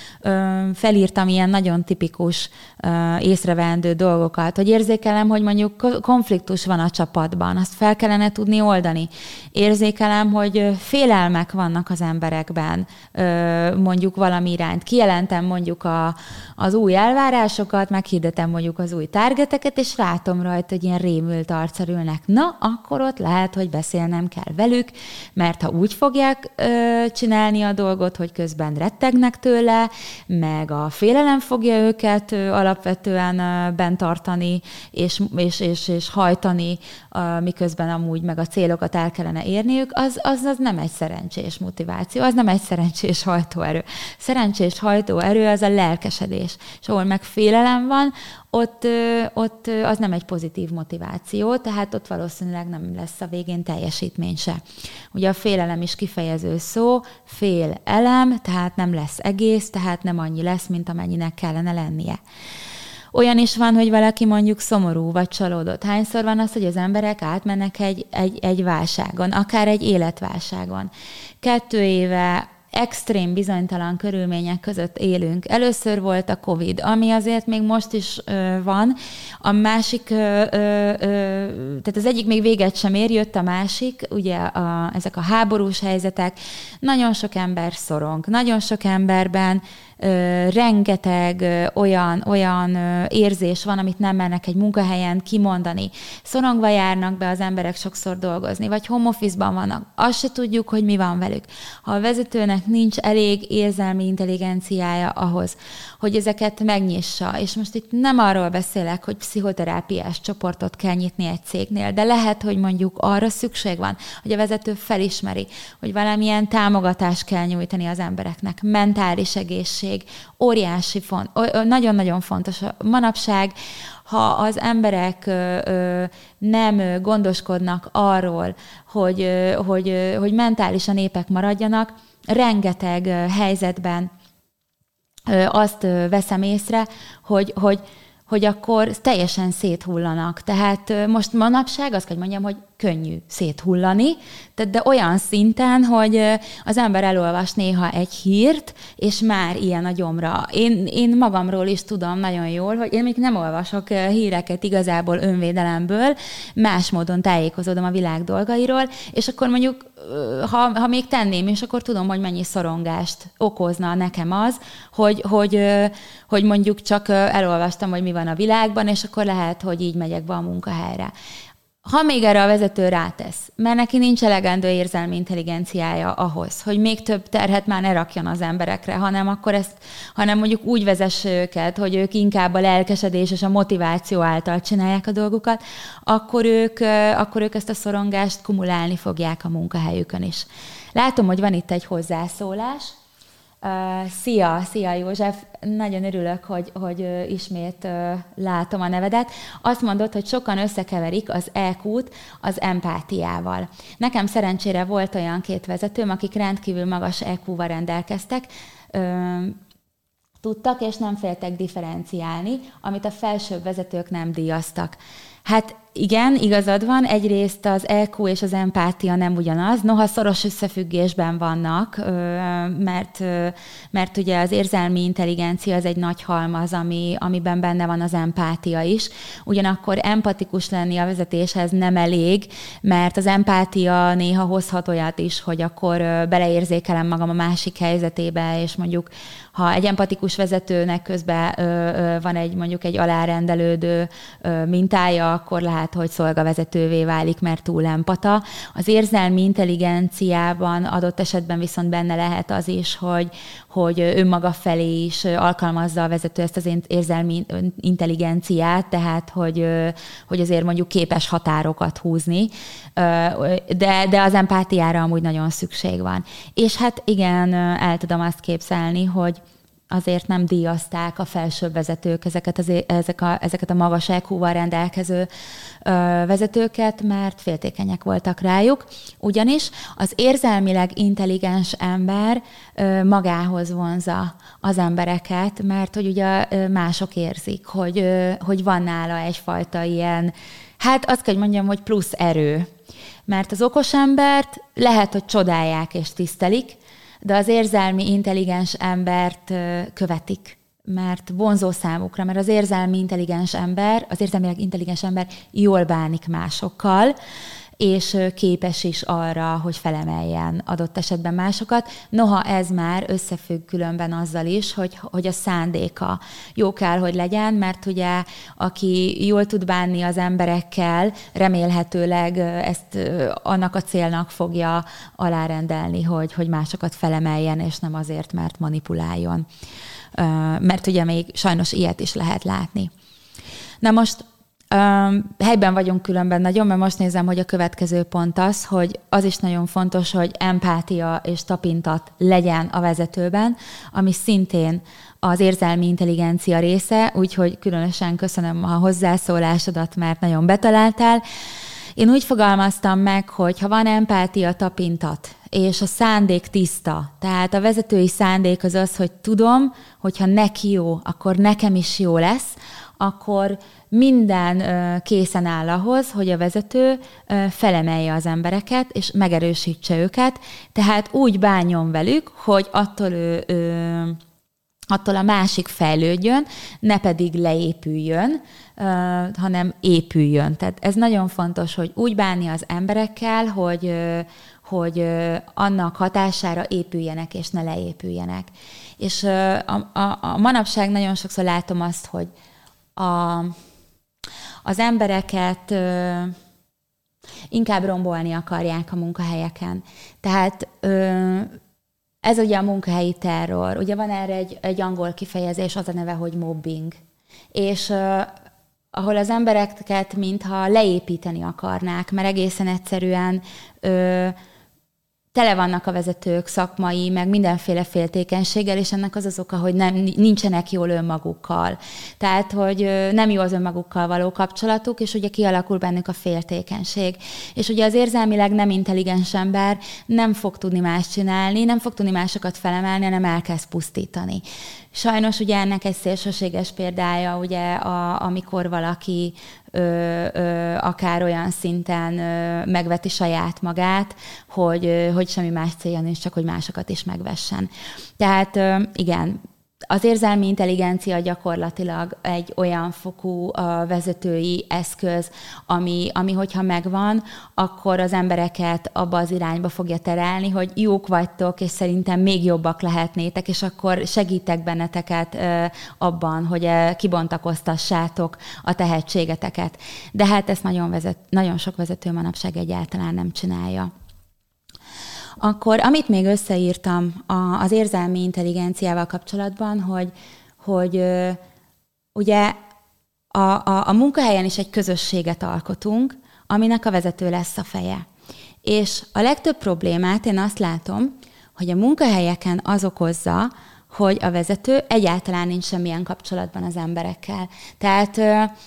Felírtam ilyen nagyon tipikus észrevendő dolgokat, hogy érzékelem, hogy mondjuk konfliktus van a csapatban, azt fel kellene tudni oldani. Érzékelem, hogy félelmek vannak az emberekben, mondjuk valami iránt. Kijelentem mondjuk a, az új elvárásokat, meghirdetem mondjuk az új targeteket, és látom rajta, hogy ilyen rémült arccal ülnek. Na, akkor ott lehet, hogy beszélnem kell velük, mert ha úgy fogják csinálni a dolgot, hogy közben rettegnek tőle, meg a félelem fogja őket alapvetően bent tartani, és, és, és, és hajtani, miközben amúgy meg a célokat el kellene érniük, az, az, az nem egy szerencsés motiváció, az nem egy szerencsés hajtóerő. Szerencsés hajtóerő az a lelkesedés, és ahol meg félelem van, ott, ott az nem egy pozitív motiváció, tehát ott valószínűleg nem lesz a végén teljesítmény se. Ugye a félelem is kifejező szó, félelem, tehát nem lesz egész, tehát nem annyi lesz, mint amennyinek kellene lennie. Olyan is van, hogy valaki mondjuk szomorú vagy csalódott. Hányszor van az, hogy az emberek átmennek egy, egy, egy válságon, akár egy életválságon. Kettő éve extrém bizonytalan körülmények között élünk. Először volt a Covid, ami azért még most is ö, van. A másik, ö, ö, ö, tehát az egyik még véget sem ér, jött a másik, ugye a, ezek a háborús helyzetek. Nagyon sok ember szorong, nagyon sok emberben Ö, rengeteg ö, olyan, olyan ö, érzés van, amit nem mernek egy munkahelyen kimondani. Szorongva járnak be az emberek sokszor dolgozni, vagy home office-ban vannak. Azt se tudjuk, hogy mi van velük. Ha a vezetőnek nincs elég érzelmi intelligenciája ahhoz, hogy ezeket megnyissa, és most itt nem arról beszélek, hogy pszichoterápiás csoportot kell nyitni egy cégnél, de lehet, hogy mondjuk arra szükség van, hogy a vezető felismeri, hogy valamilyen támogatást kell nyújtani az embereknek, mentális egészség, óriási font, nagyon-nagyon fontos. Manapság, ha az emberek nem gondoskodnak arról, hogy, hogy, hogy mentálisan épek maradjanak, rengeteg helyzetben azt veszem észre, hogy, hogy, hogy akkor teljesen széthullanak. Tehát most manapság azt kell mondjam, hogy könnyű széthullani, de olyan szinten, hogy az ember elolvas néha egy hírt, és már ilyen a gyomra. Én, én magamról is tudom nagyon jól, hogy én még nem olvasok híreket igazából önvédelemből, más módon tájékozódom a világ dolgairól, és akkor mondjuk, ha, ha még tenném, és akkor tudom, hogy mennyi szorongást okozna nekem az, hogy, hogy, hogy mondjuk csak elolvastam, hogy mi van a világban, és akkor lehet, hogy így megyek be a munkahelyre. ha még erre a vezető rátesz, mert neki nincs elegendő érzelmi intelligenciája ahhoz, hogy még több terhet már ne rakjon az emberekre, hanem akkor ezt, hanem mondjuk úgy vezesse őket, hogy ők inkább a lelkesedés és a motiváció által csinálják a dolgukat, akkor ők, akkor ők ezt a szorongást kumulálni fogják a munkahelyükön is. Látom, hogy van itt egy hozzászólás. Uh, szia, szia József, nagyon örülök, hogy, hogy uh, ismét uh, látom a nevedet. Azt mondod, hogy sokan összekeverik az é kút az empátiával. Nekem szerencsére volt olyan két vezetőm, akik rendkívül magas é kúval rendelkeztek, uh, tudtak és nem féltek differenciálni, amit a felsőbb vezetők nem díjaztak. Hát igen, igazad van, egyrészt az é kú és az empátia nem ugyanaz, noha szoros összefüggésben vannak, mert, mert ugye az érzelmi intelligencia az egy nagy halmaz, ami, amiben benne van az empátia is. Ugyanakkor empatikus lenni a vezetéshez nem elég, mert az empátia néha hozhat olyat is, hogy akkor beleérzékelem magam a másik helyzetébe, és mondjuk ha egy empatikus vezetőnek közben van egy mondjuk egy alárendelődő mintája, akkor lehet, hogy szolgavezetővé válik, mert túl empata. Az érzelmi intelligenciában adott esetben viszont benne lehet az is, hogy, hogy önmaga felé is alkalmazza a vezető ezt az érzelmi intelligenciát, tehát hogy, hogy azért mondjuk képes határokat húzni, de, de az empátiára amúgy nagyon szükség van. És hát igen, el tudom azt képzelni, hogy azért nem díjazták a felsőbb vezetők ezeket, az, ezek a, ezeket a magas é kúval rendelkező ö, vezetőket, mert féltékenyek voltak rájuk. Ugyanis az érzelmileg intelligens ember ö, magához vonza az embereket, mert hogy ugye mások érzik, hogy, ö, hogy van nála egyfajta ilyen, hát azt kell, hogy mondjam, hogy plusz erő. Mert az okos embert lehet, hogy csodálják és tisztelik, de az érzelmi intelligens embert követik, mert vonzó számukra, mert az érzelmi intelligens ember, az érzelmileg intelligens ember jól bánik másokkal, és képes is arra, hogy felemeljen adott esetben másokat. Noha ez már összefügg különben azzal is, hogy, hogy a szándéka jó kell, hogy legyen, mert ugye aki jól tud bánni az emberekkel, remélhetőleg ezt annak a célnak fogja alárendelni, hogy, hogy másokat felemeljen, és nem azért, mert manipuláljon. Mert ugye még sajnos ilyet is lehet látni. Na most Um, helyben vagyunk különben nagyon, mert most nézem, hogy a következő pont az, hogy az is nagyon fontos, hogy empátia és tapintat legyen a vezetőben, ami szintén az érzelmi intelligencia része, úgyhogy különösen köszönöm a hozzászólásodat, mert nagyon betaláltál. Én úgy fogalmaztam meg, hogy ha van empátia, tapintat, és a szándék tiszta, tehát a vezetői szándék az az, hogy tudom, hogyha neki jó, akkor nekem is jó lesz, akkor minden készen áll ahhoz, hogy a vezető felemelje az embereket, és megerősítse őket, tehát úgy bánjon velük, hogy attól, ő, ő, attól a másik fejlődjön, ne pedig leépüljön, hanem épüljön. Tehát ez nagyon fontos, hogy úgy bánni az emberekkel, hogy, hogy annak hatására épüljenek, és ne leépüljenek. És a, a, a manapság nagyon sokszor látom azt, hogy a az embereket ö, inkább rombolni akarják a munkahelyeken. Tehát ö, ez ugye a munkahelyi terror. Ugye van erre egy, egy angol kifejezés, az a neve, hogy mobbing. És ö, ahol az embereket mintha leépíteni akarnák, mert egészen egyszerűen ö, tele vannak a vezetők szakmai, meg mindenféle féltékenységgel, és ennek az az oka, hogy nem, nincsenek jól önmagukkal. Tehát, hogy nem jó az önmagukkal való kapcsolatuk, és ugye kialakul bennük a féltékenység. És ugye az érzelmileg nem intelligens ember nem fog tudni más csinálni, nem fog tudni másokat felemelni, hanem elkezd pusztítani. Sajnos ugye ennek egy szélsőséges példája, ugye, a, amikor valaki ö, ö, akár olyan szinten ö, megveti saját magát, hogy, ö, hogy semmi más célja nincs, csak hogy másokat is megvessen. Tehát ö, igen, Az érzelmi intelligencia gyakorlatilag egy olyan fokú a vezetői eszköz, ami, ami hogyha megvan, akkor az embereket abba az irányba fogja terelni, hogy jók vagytok, és szerintem még jobbak lehetnétek, és akkor segítek benneteket abban, hogy kibontakoztassátok a tehetségeteket. De hát ezt nagyon, vezet, nagyon sok vezető manapság egyáltalán nem csinálja. Akkor, amit még összeírtam az érzelmi intelligenciával kapcsolatban, hogy, hogy ugye a, a, a munkahelyen is egy közösséget alkotunk, aminek a vezető lesz a feje. És a legtöbb problémát én azt látom, hogy a munkahelyeken az okozza, hogy a vezető egyáltalán nincs semmilyen kapcsolatban az emberekkel. Tehát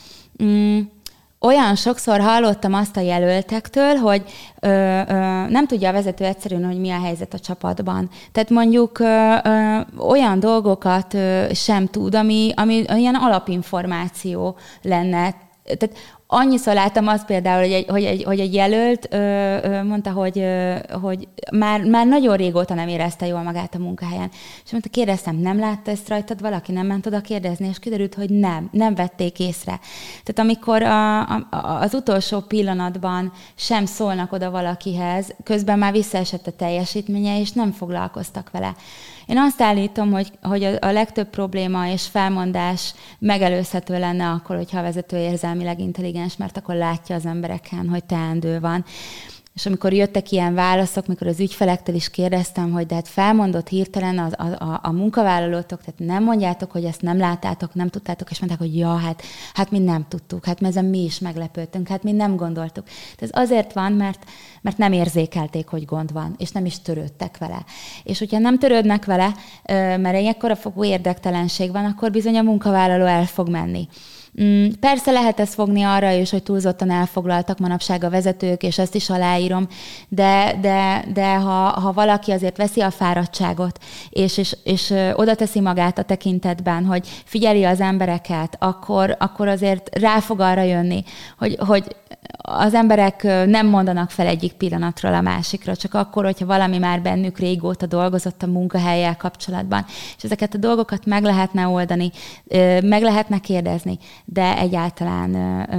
mm, olyan sokszor hallottam azt a jelöltektől, hogy ö, ö, nem tudja a vezető egyszerűen, hogy mi a helyzet a csapatban. Tehát mondjuk ö, ö, olyan dolgokat ö, sem tud, ami, ami olyan alapinformáció lenne. Tehát annyiszor láttam azt például, hogy egy, hogy egy, hogy egy jelölt ö, ö, mondta, hogy, ö, hogy már, már nagyon régóta nem érezte jól magát a munkahelyen. És mondta, kérdeztem, nem látta ezt rajtad valaki? Nem ment oda kérdezni? És kiderült, hogy nem, nem vették észre. Tehát amikor a, a, az utolsó pillanatban sem szólnak oda valakihez, közben már visszaesett a teljesítménye, és nem foglalkoztak vele. Én azt állítom, hogy, hogy a legtöbb probléma és felmondás megelőzhető lenne akkor, hogyha a vezető érzelmileg intelligens, mert akkor látja az embereken, hogy teendő van. És amikor jöttek ilyen válaszok, mikor az ügyfelektől is kérdeztem, hogy de hát felmondott hirtelen a, a, a munkavállalótok, tehát nem mondjátok, hogy ezt nem láttátok, nem tudtátok, és mondták, hogy ja, hát, hát mi nem tudtuk, hát ezen mi is meglepődtünk, hát mi nem gondoltuk. Ez azért van, mert, mert nem érzékelték, hogy gond van, és nem is törődtek vele. És hogyha nem törődnek vele, mert egy ekkora fokú érdektelenség van, akkor bizony a munkavállaló el fog menni. Persze lehet ezt fogni arra is, hogy túlzottan elfoglaltak manapság a vezetők, és ezt is aláírom, de, de, de ha, ha valaki azért veszi a fáradtságot, és, és, és oda teszi magát a tekintetben, hogy figyeli az embereket, akkor, akkor azért rá fog arra jönni, hogy, hogy az emberek nem mondanak fel egyik pillanatról a másikra, csak akkor, hogyha valami már bennük régóta dolgozott a munkahellyel kapcsolatban. És ezeket a dolgokat meg lehetne oldani, meg lehetne kérdezni, de egyáltalán,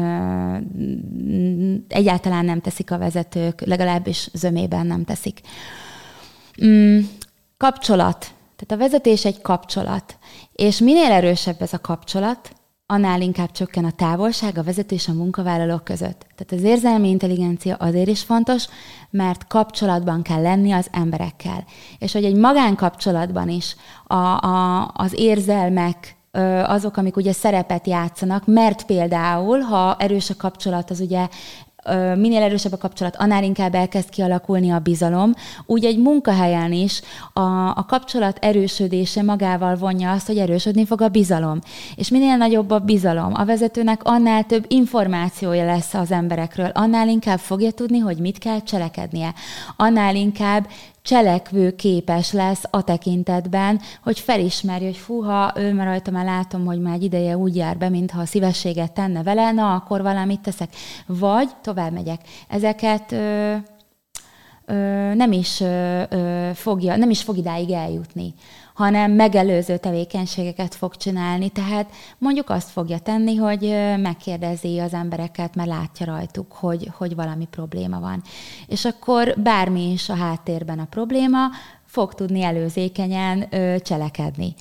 egyáltalán nem teszik a vezetők, legalábbis zömében nem teszik. Kapcsolat. Tehát a vezetés egy kapcsolat. És minél erősebb ez a kapcsolat, annál inkább csökken a távolság a vezető és a munkavállalók között. Tehát az érzelmi intelligencia azért is fontos, mert kapcsolatban kell lenni az emberekkel. És hogy egy magánkapcsolatban is a, a, az érzelmek azok, amik ugye szerepet játszanak, mert például, ha erős a kapcsolat, az ugye minél erősebb a kapcsolat, annál inkább elkezd kialakulni a bizalom. Úgy egy munkahelyen is a, a kapcsolat erősödése magával vonja azt, hogy erősödni fog a bizalom. És minél nagyobb a bizalom, a vezetőnek annál több információja lesz az emberekről, annál inkább fogja tudni, hogy mit kell cselekednie. Annál inkább cselekvő képes lesz a tekintetben, hogy felismerje, hogy fúha, ő már rajta már látom, hogy már egy ideje úgy jár be, mintha szívességet tenne vele, na, akkor valamit teszek. Vagy tovább megyek. Ezeket ö, ö, nem is ö, ö, fogja, nem is fog idáig eljutni, hanem megelőző tevékenységeket fog csinálni. Tehát mondjuk azt fogja tenni, hogy megkérdezi az embereket, mert látja rajtuk, hogy, hogy valami probléma van. És akkor bármi is a háttérben a probléma, fog tudni előzékenyen ö, cselekedni.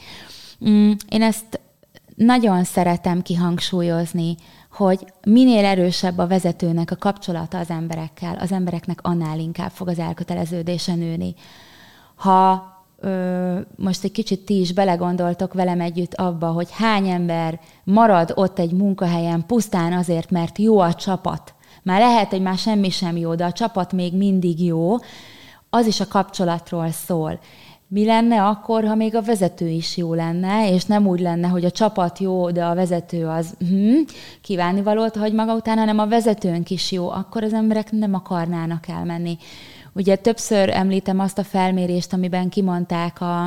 Én ezt nagyon szeretem kihangsúlyozni, hogy minél erősebb a vezetőnek a kapcsolata az emberekkel, az embereknek annál inkább fog az elköteleződése nőni. Ha Ö, most egy kicsit ti is belegondoltok velem együtt abba, hogy hány ember marad ott egy munkahelyen pusztán azért, mert jó a csapat. Már lehet, hogy már semmi sem jó, de a csapat még mindig jó, az is a kapcsolatról szól. Mi lenne akkor, ha még a vezető is jó lenne, és nem úgy lenne, hogy a csapat jó, de a vezető az hm, kívánnivalót hagy maga után, hanem a vezetőnk is jó, akkor az emberek nem akarnának elmenni. Ugye többször említem azt a felmérést, amiben kimondták a,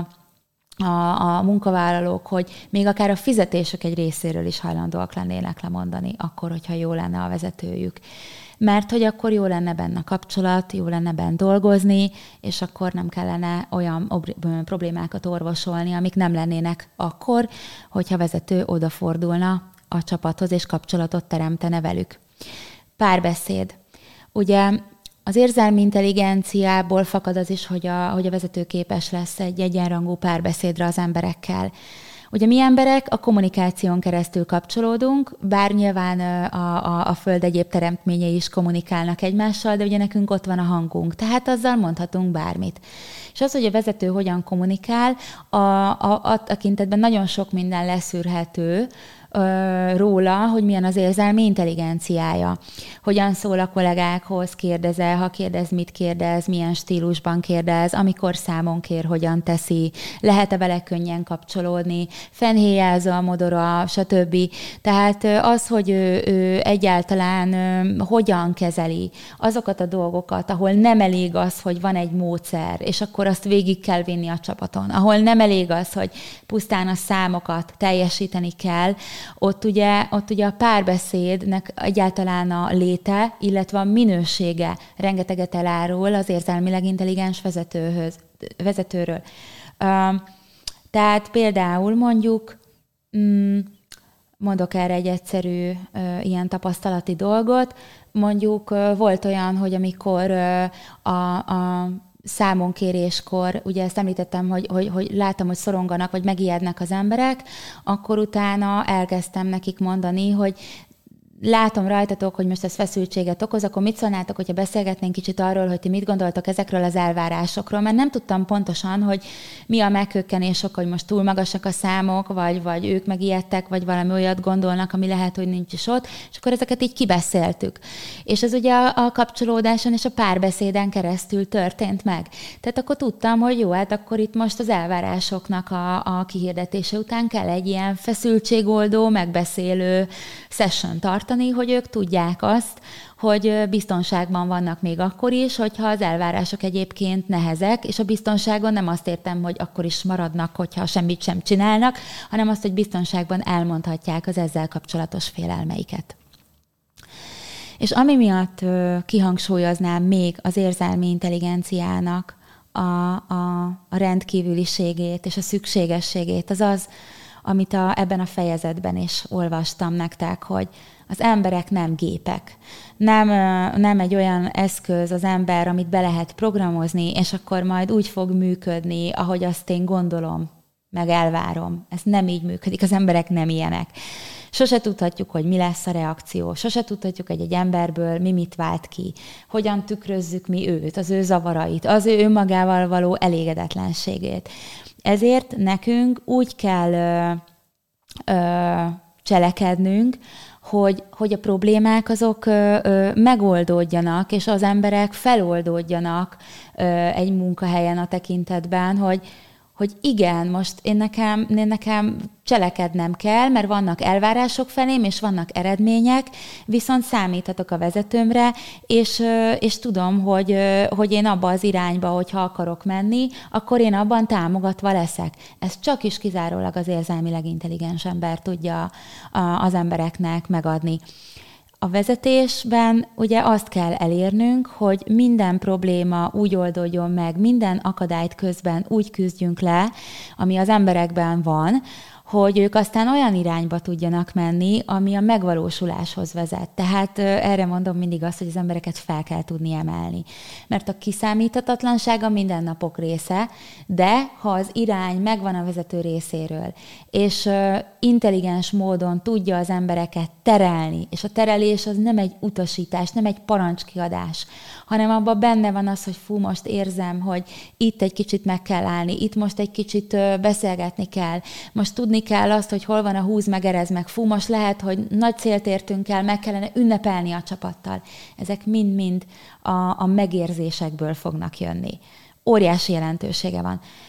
a, a munkavállalók, hogy még akár a fizetésük egy részéről is hajlandóak lennének lemondani, akkor, hogyha jó lenne a vezetőjük. mert hogy akkor jó lenne benne a kapcsolat, jó lenne benne dolgozni, és akkor nem kellene olyan ob- problémákat orvosolni, amik nem lennének akkor, hogyha vezető odafordulna a csapathoz, és kapcsolatot teremtene velük. Párbeszéd. Ugye az érzelmi intelligenciából fakad az is, hogy a, hogy a vezető képes lesz egy egyenrangú párbeszédre az emberekkel. Ugye mi emberek a kommunikáción keresztül kapcsolódunk, bár nyilván a, a, a Föld egyéb teremtményei is kommunikálnak egymással, de ugye nekünk ott van a hangunk, tehát azzal mondhatunk bármit. És az, hogy a vezető hogyan kommunikál, a, a, a tekintetben nagyon sok minden leszűrhető róla, hogy milyen az érzelmi intelligenciája. Hogyan szól a kollégákhoz, kérdez-e, ha kérdez, mit kérdez, milyen stílusban kérdez, amikor számon kér, hogyan teszi, lehet-e vele könnyen kapcsolódni, fennhéjázza a modora, stb. Tehát az, hogy ő, ő egyáltalán hogyan kezeli azokat a dolgokat, ahol nem elég az, hogy van egy módszer, és akkor azt végig kell vinni a csapaton, ahol nem elég az, hogy pusztán a számokat teljesíteni kell, Ott ugye, ott ugye a párbeszédnek egyáltalán a léte, illetve a minősége rengeteget elárul az érzelmileg intelligens vezetőhöz, vezetőről. Tehát például mondjuk, mondok erre egy egyszerű ilyen tapasztalati dolgot, mondjuk volt olyan, hogy amikor a, a számonkéréskor, ugye ezt említettem, hogy, hogy, hogy látom, hogy szoronganak, vagy megijednek az emberek, akkor utána elkezdtem nekik mondani, hogy látom rajtatok, hogy most ez feszültséget okoz, akkor mit szólnátok, hogyha beszélgetnénk kicsit arról, hogy ti mit gondoltok ezekről az elvárásokról, mert nem tudtam pontosan, hogy mi a meghökkenés oka, hogy most túl magasak a számok, vagy, vagy ők megijedtek, vagy valami olyat gondolnak, ami lehet, hogy nincs is ott, és akkor ezeket így kibeszéltük. És ez ugye a, a kapcsolódáson és a párbeszéden keresztül történt meg. Tehát akkor tudtam, hogy jó, hát akkor itt most az elvárásoknak a, a kihirdetése után kell egy ilyen feszültségoldó, megbeszélő session tartani, hogy ők tudják azt, hogy biztonságban vannak még akkor is, hogyha az elvárások egyébként nehezek, és a biztonságon nem azt értem, hogy akkor is maradnak, hogyha semmit sem csinálnak, hanem azt, hogy biztonságban elmondhatják az ezzel kapcsolatos félelmeiket. És ami miatt kihangsúlyoznám még az érzelmi intelligenciának a, a, a rendkívüliségét és a szükségességét, az az, amit a, ebben a fejezetben is olvastam nektek, hogy az emberek nem gépek. Nem, nem egy olyan eszköz az ember, amit be lehet programozni, és akkor majd úgy fog működni, ahogy azt én gondolom, meg elvárom. Ez nem így működik, az emberek nem ilyenek. Sose tudhatjuk, hogy mi lesz a reakció, sose tudhatjuk, hogy egy emberből mi mit vált ki, hogyan tükrözzük mi őt, az ő zavarait, az ő önmagával való elégedetlenségét. Ezért nekünk úgy kell ö, ö, cselekednünk, hogy, hogy a problémák azok ö, ö, megoldódjanak, és az emberek feloldódjanak ö, egy munkahelyen a tekintetben, hogy, hogy igen, most én nekem, én nekem cselekednem kell, mert vannak elvárások felém, és vannak eredmények, viszont számíthatok a vezetőmre, és, és tudom, hogy, hogy én abba az irányba, hogyha akarok menni, akkor én abban támogatva leszek. Ez csak is kizárólag az érzelmileg intelligens ember tudja az embereknek megadni. A vezetésben ugye azt kell elérnünk, hogy minden probléma úgy oldódjon meg, minden akadályt közben úgy küzdjünk le, ami az emberekben van, hogy ők aztán olyan irányba tudjanak menni, ami a megvalósuláshoz vezet. Tehát erre mondom mindig azt, hogy az embereket fel kell tudni emelni. Mert a kiszámíthatatlanság a mindennapok része, de ha az irány megvan a vezető részéről, és intelligens módon tudja az embereket terelni, és a terelés az nem egy utasítás, nem egy parancskiadás, hanem abban benne van az, hogy fú, most érzem, hogy itt egy kicsit meg kell állni, itt most egy kicsit beszélgetni kell, most tudni kell azt, hogy hol van a húz meg, erez meg, fú, most lehet, hogy nagy célt értünk el, meg kellene ünnepelni a csapattal. Ezek mind-mind a, a megérzésekből fognak jönni. Óriási jelentősége van.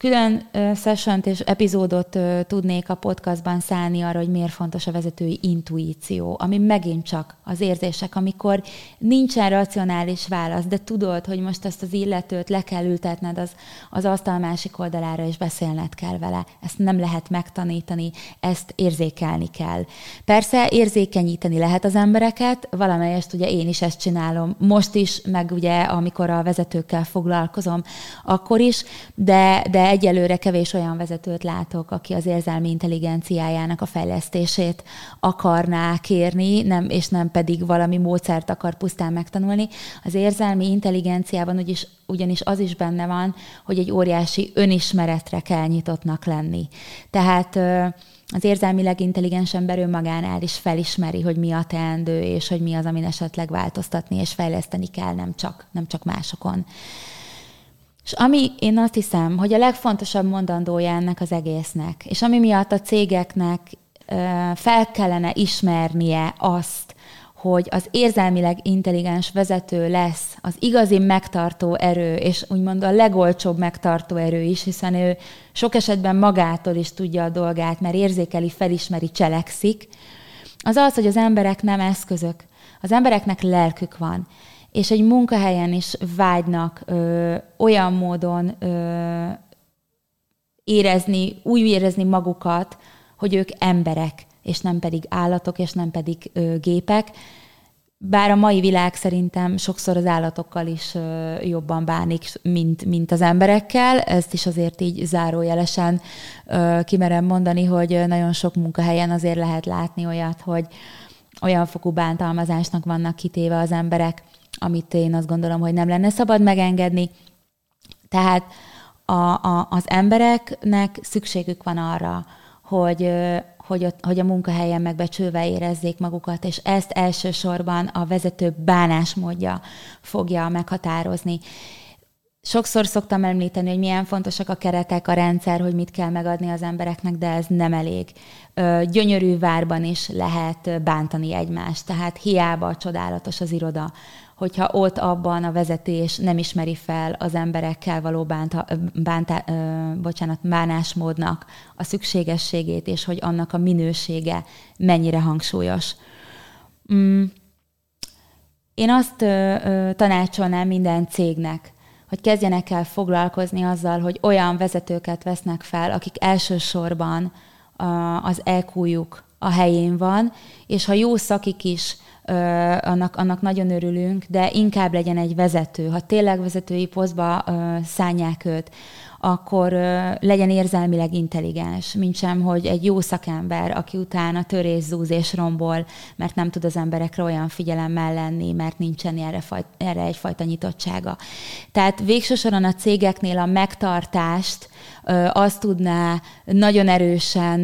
Külön uh, sessiont és epizódot uh, tudnék a podcastban szállni arra, hogy miért fontos a vezetői intuíció, ami megint csak az érzések, amikor nincsen racionális válasz, de tudod, hogy most ezt az illetőt le kell ültetned az, az asztal másik oldalára, és beszélned kell vele. Ezt nem lehet megtanítani, ezt érzékelni kell. Persze érzékenyíteni lehet az embereket, valamelyest ugye én is ezt csinálom, most is, meg ugye amikor a vezetőkkel foglalkozom, akkor is, de, de egyelőre kevés olyan vezetőt látok, aki az érzelmi intelligenciájának a fejlesztését akarná kérni, nem, és nem pedig valami módszert akar pusztán megtanulni. Az érzelmi intelligenciában ugyis, ugyanis az is benne van, hogy egy óriási önismeretre kell nyitottnak lenni. Tehát az érzelmileg intelligens ember önmagánál is felismeri, hogy mi a teendő, és hogy mi az, amin esetleg változtatni és fejleszteni kell, nem csak, nem csak másokon. És ami én azt hiszem, hogy a legfontosabb mondandója ennek az egésznek, és ami miatt a cégeknek fel kellene ismernie azt, hogy az érzelmileg intelligens vezető lesz az igazi megtartó erő, és úgymond a legolcsóbb megtartó erő is, hiszen ő sok esetben magától is tudja a dolgát, mert érzékeli, felismeri, cselekszik, az az, hogy az emberek nem eszközök. Az embereknek lelkük van, és egy munkahelyen is vágynak ö, olyan módon ö, érezni, úgy érezni magukat, hogy ők emberek, és nem pedig állatok, és nem pedig ö, gépek. Bár a mai világ szerintem sokszor az állatokkal is ö, jobban bánik, mint, mint az emberekkel. Ezt is azért így zárójelesen ö, kimerem mondani, hogy nagyon sok munkahelyen azért lehet látni olyat, hogy olyan fokú bántalmazásnak vannak kitéve az emberek, amit én azt gondolom, hogy nem lenne szabad megengedni. Tehát a, a, az embereknek szükségük van arra, hogy, hogy, ott, hogy a munkahelyen megbecsülve érezzék magukat, és ezt elsősorban a vezető bánásmódja fogja meghatározni. Sokszor szoktam említeni, hogy milyen fontosak a keretek, a rendszer, hogy mit kell megadni az embereknek, de ez nem elég. Gyönyörű várban is lehet bántani egymást, tehát hiába csodálatos az iroda, hogyha ott abban a vezetés nem ismeri fel az emberekkel való bánta, bánta, ö, bocsánat, bánásmódnak a szükségességét, és hogy annak a minősége mennyire hangsúlyos. Mm. Én azt ö, ö, tanácsolnám minden cégnek, hogy kezdjenek el foglalkozni azzal, hogy olyan vezetőket vesznek fel, akik elsősorban az é kújuk a helyén van, és ha jó szakik is, annak, annak nagyon örülünk, de inkább legyen egy vezető. Ha tényleg vezetői posztba szánják őt, akkor legyen érzelmileg intelligens, mintsem, hogy egy jó szakember, aki utána törés, zúz és rombol, mert nem tud az emberekre olyan figyelemmel lenni, mert nincsen erre, faj, erre egyfajta nyitottsága. Tehát végső soron a cégeknél a megtartást azt tudná nagyon erősen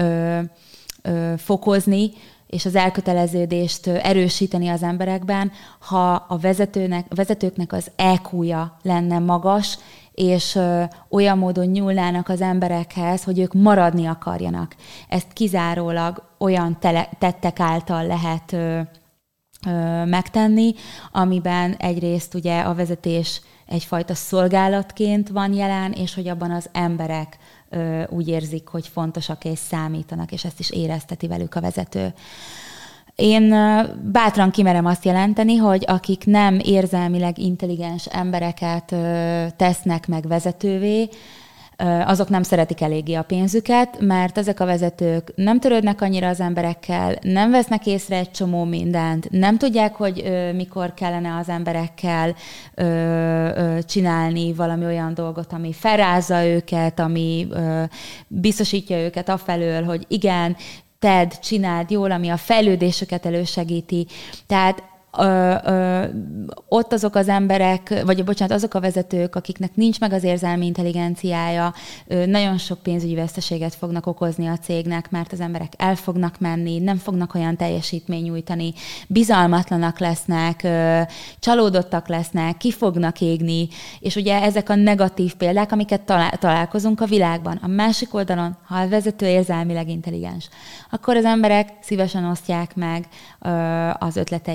fokozni, és az elköteleződést erősíteni az emberekben, ha a vezetőnek, vezetőknek az é kúja lenne magas, és ö, olyan módon nyúlnának az emberekhez, hogy ők maradni akarjanak. Ezt kizárólag olyan tele, tettek által lehet ö, ö, megtenni, amiben egyrészt ugye a vezetés egyfajta szolgálatként van jelen, és hogy abban az emberek ö, úgy érzik, hogy fontosak és számítanak, és ezt is érezteti velük a vezető. Én bátran kimerem azt jelenteni, hogy akik nem érzelmileg intelligens embereket tesznek meg vezetővé, azok nem szeretik eléggé a pénzüket, mert ezek a vezetők nem törődnek annyira az emberekkel, nem vesznek észre egy csomó mindent, nem tudják, hogy mikor kellene az emberekkel csinálni valami olyan dolgot, ami felrázza őket, ami biztosítja őket afelől, hogy igen, tedd, csináld jól, ami a fejlődésüket elősegíti. Tehát Ö, ö, ott azok az emberek, vagy bocsánat, azok a vezetők, akiknek nincs meg az érzelmi intelligenciája, ö, nagyon sok pénzügyi veszteséget fognak okozni a cégnek, mert az emberek el fognak menni, nem fognak olyan teljesítményt nyújtani, bizalmatlanak lesznek, ö, csalódottak lesznek, ki fognak égni, és ugye ezek a negatív példák, amiket talál, találkozunk a világban. A másik oldalon, ha a vezető érzelmileg intelligens, akkor az emberek szívesen osztják meg ö, az ötleteiket.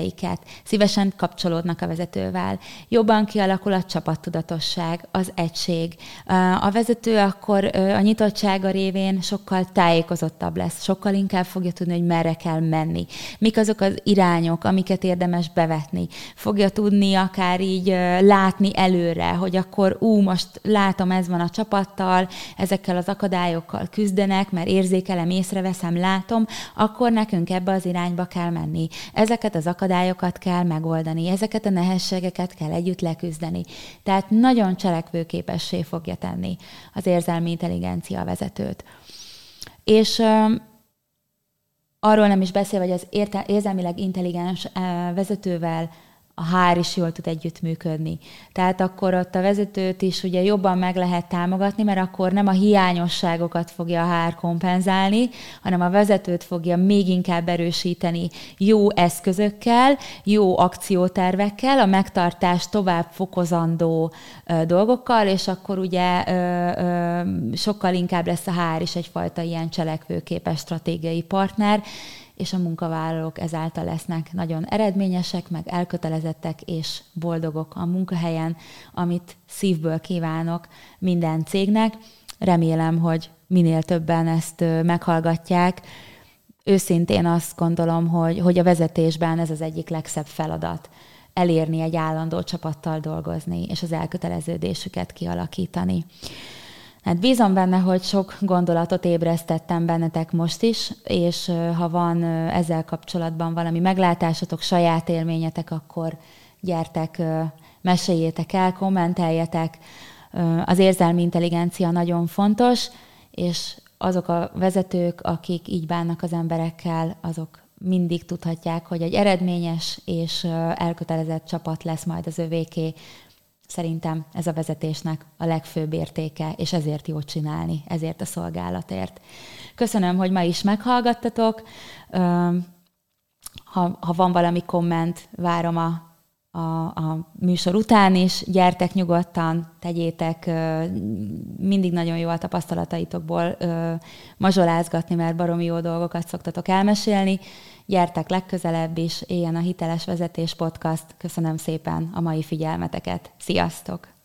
szívesen kapcsolódnak a vezetővel. Jobban kialakul a csapattudatosság, az egység. A vezető akkor a nyitottsága révén sokkal tájékozottabb lesz, sokkal inkább fogja tudni, hogy merre kell menni. Mik azok az irányok, amiket érdemes bevetni. Fogja tudni akár így látni előre, hogy akkor ú, most látom, ez van a csapattal, ezekkel az akadályokkal küzdenek, mert érzékelem, észreveszem, látom, akkor nekünk ebbe az irányba kell menni. Ezeket az akadályokat kell megoldani, ezeket a nehézségeket kell együtt leküzdeni. Tehát nagyon cselekvőképessé fogja tenni az érzelmi intelligencia vezetőt. És um, arról nem is beszél, hogy az érte- érzelmileg intelligens uh, vezetővel a há er is jól tud együttműködni. Tehát akkor ott a vezetőt is ugye jobban meg lehet támogatni, mert akkor nem a hiányosságokat fogja a há er kompenzálni, hanem a vezetőt fogja még inkább erősíteni jó eszközökkel, jó akciótervekkel, a megtartás tovább fokozandó ö, dolgokkal, és akkor ugye ö, ö, sokkal inkább lesz a há er is egyfajta ilyen cselekvőképes stratégiai partner, és a munkavállalók ezáltal lesznek nagyon eredményesek, meg elkötelezettek és boldogok a munkahelyen, amit szívből kívánok minden cégnek. Remélem, hogy minél többen ezt meghallgatják. Őszintén azt gondolom, hogy, hogy a vezetésben ez az egyik legszebb feladat. Elérni egy állandó csapattal dolgozni, és az elköteleződésüket kialakítani. Hát bízom benne, hogy sok gondolatot ébresztettem bennetek most is, és ha van ezzel kapcsolatban valami meglátásotok, saját élményetek, akkor gyertek, meséljétek el, kommenteljetek. Az érzelmi intelligencia nagyon fontos, és azok a vezetők, akik így bánnak az emberekkel, azok mindig tudhatják, hogy egy eredményes és elkötelezett csapat lesz majd az övéké. Szerintem ez a vezetésnek a legfőbb értéke, és ezért jó csinálni, ezért a szolgálatért. Köszönöm, hogy ma is meghallgattatok. Ha, ha van valami komment, várom a, a, a műsor után is. Gyertek nyugodtan, tegyétek. Mindig nagyon jó a tapasztalataitokból mazsolázgatni, mert baromi jó dolgokat szoktatok elmesélni. Gyertek legközelebb is, éljen a Hiteles Vezetés Podcast. Köszönöm szépen a mai figyelmeteket. Sziasztok!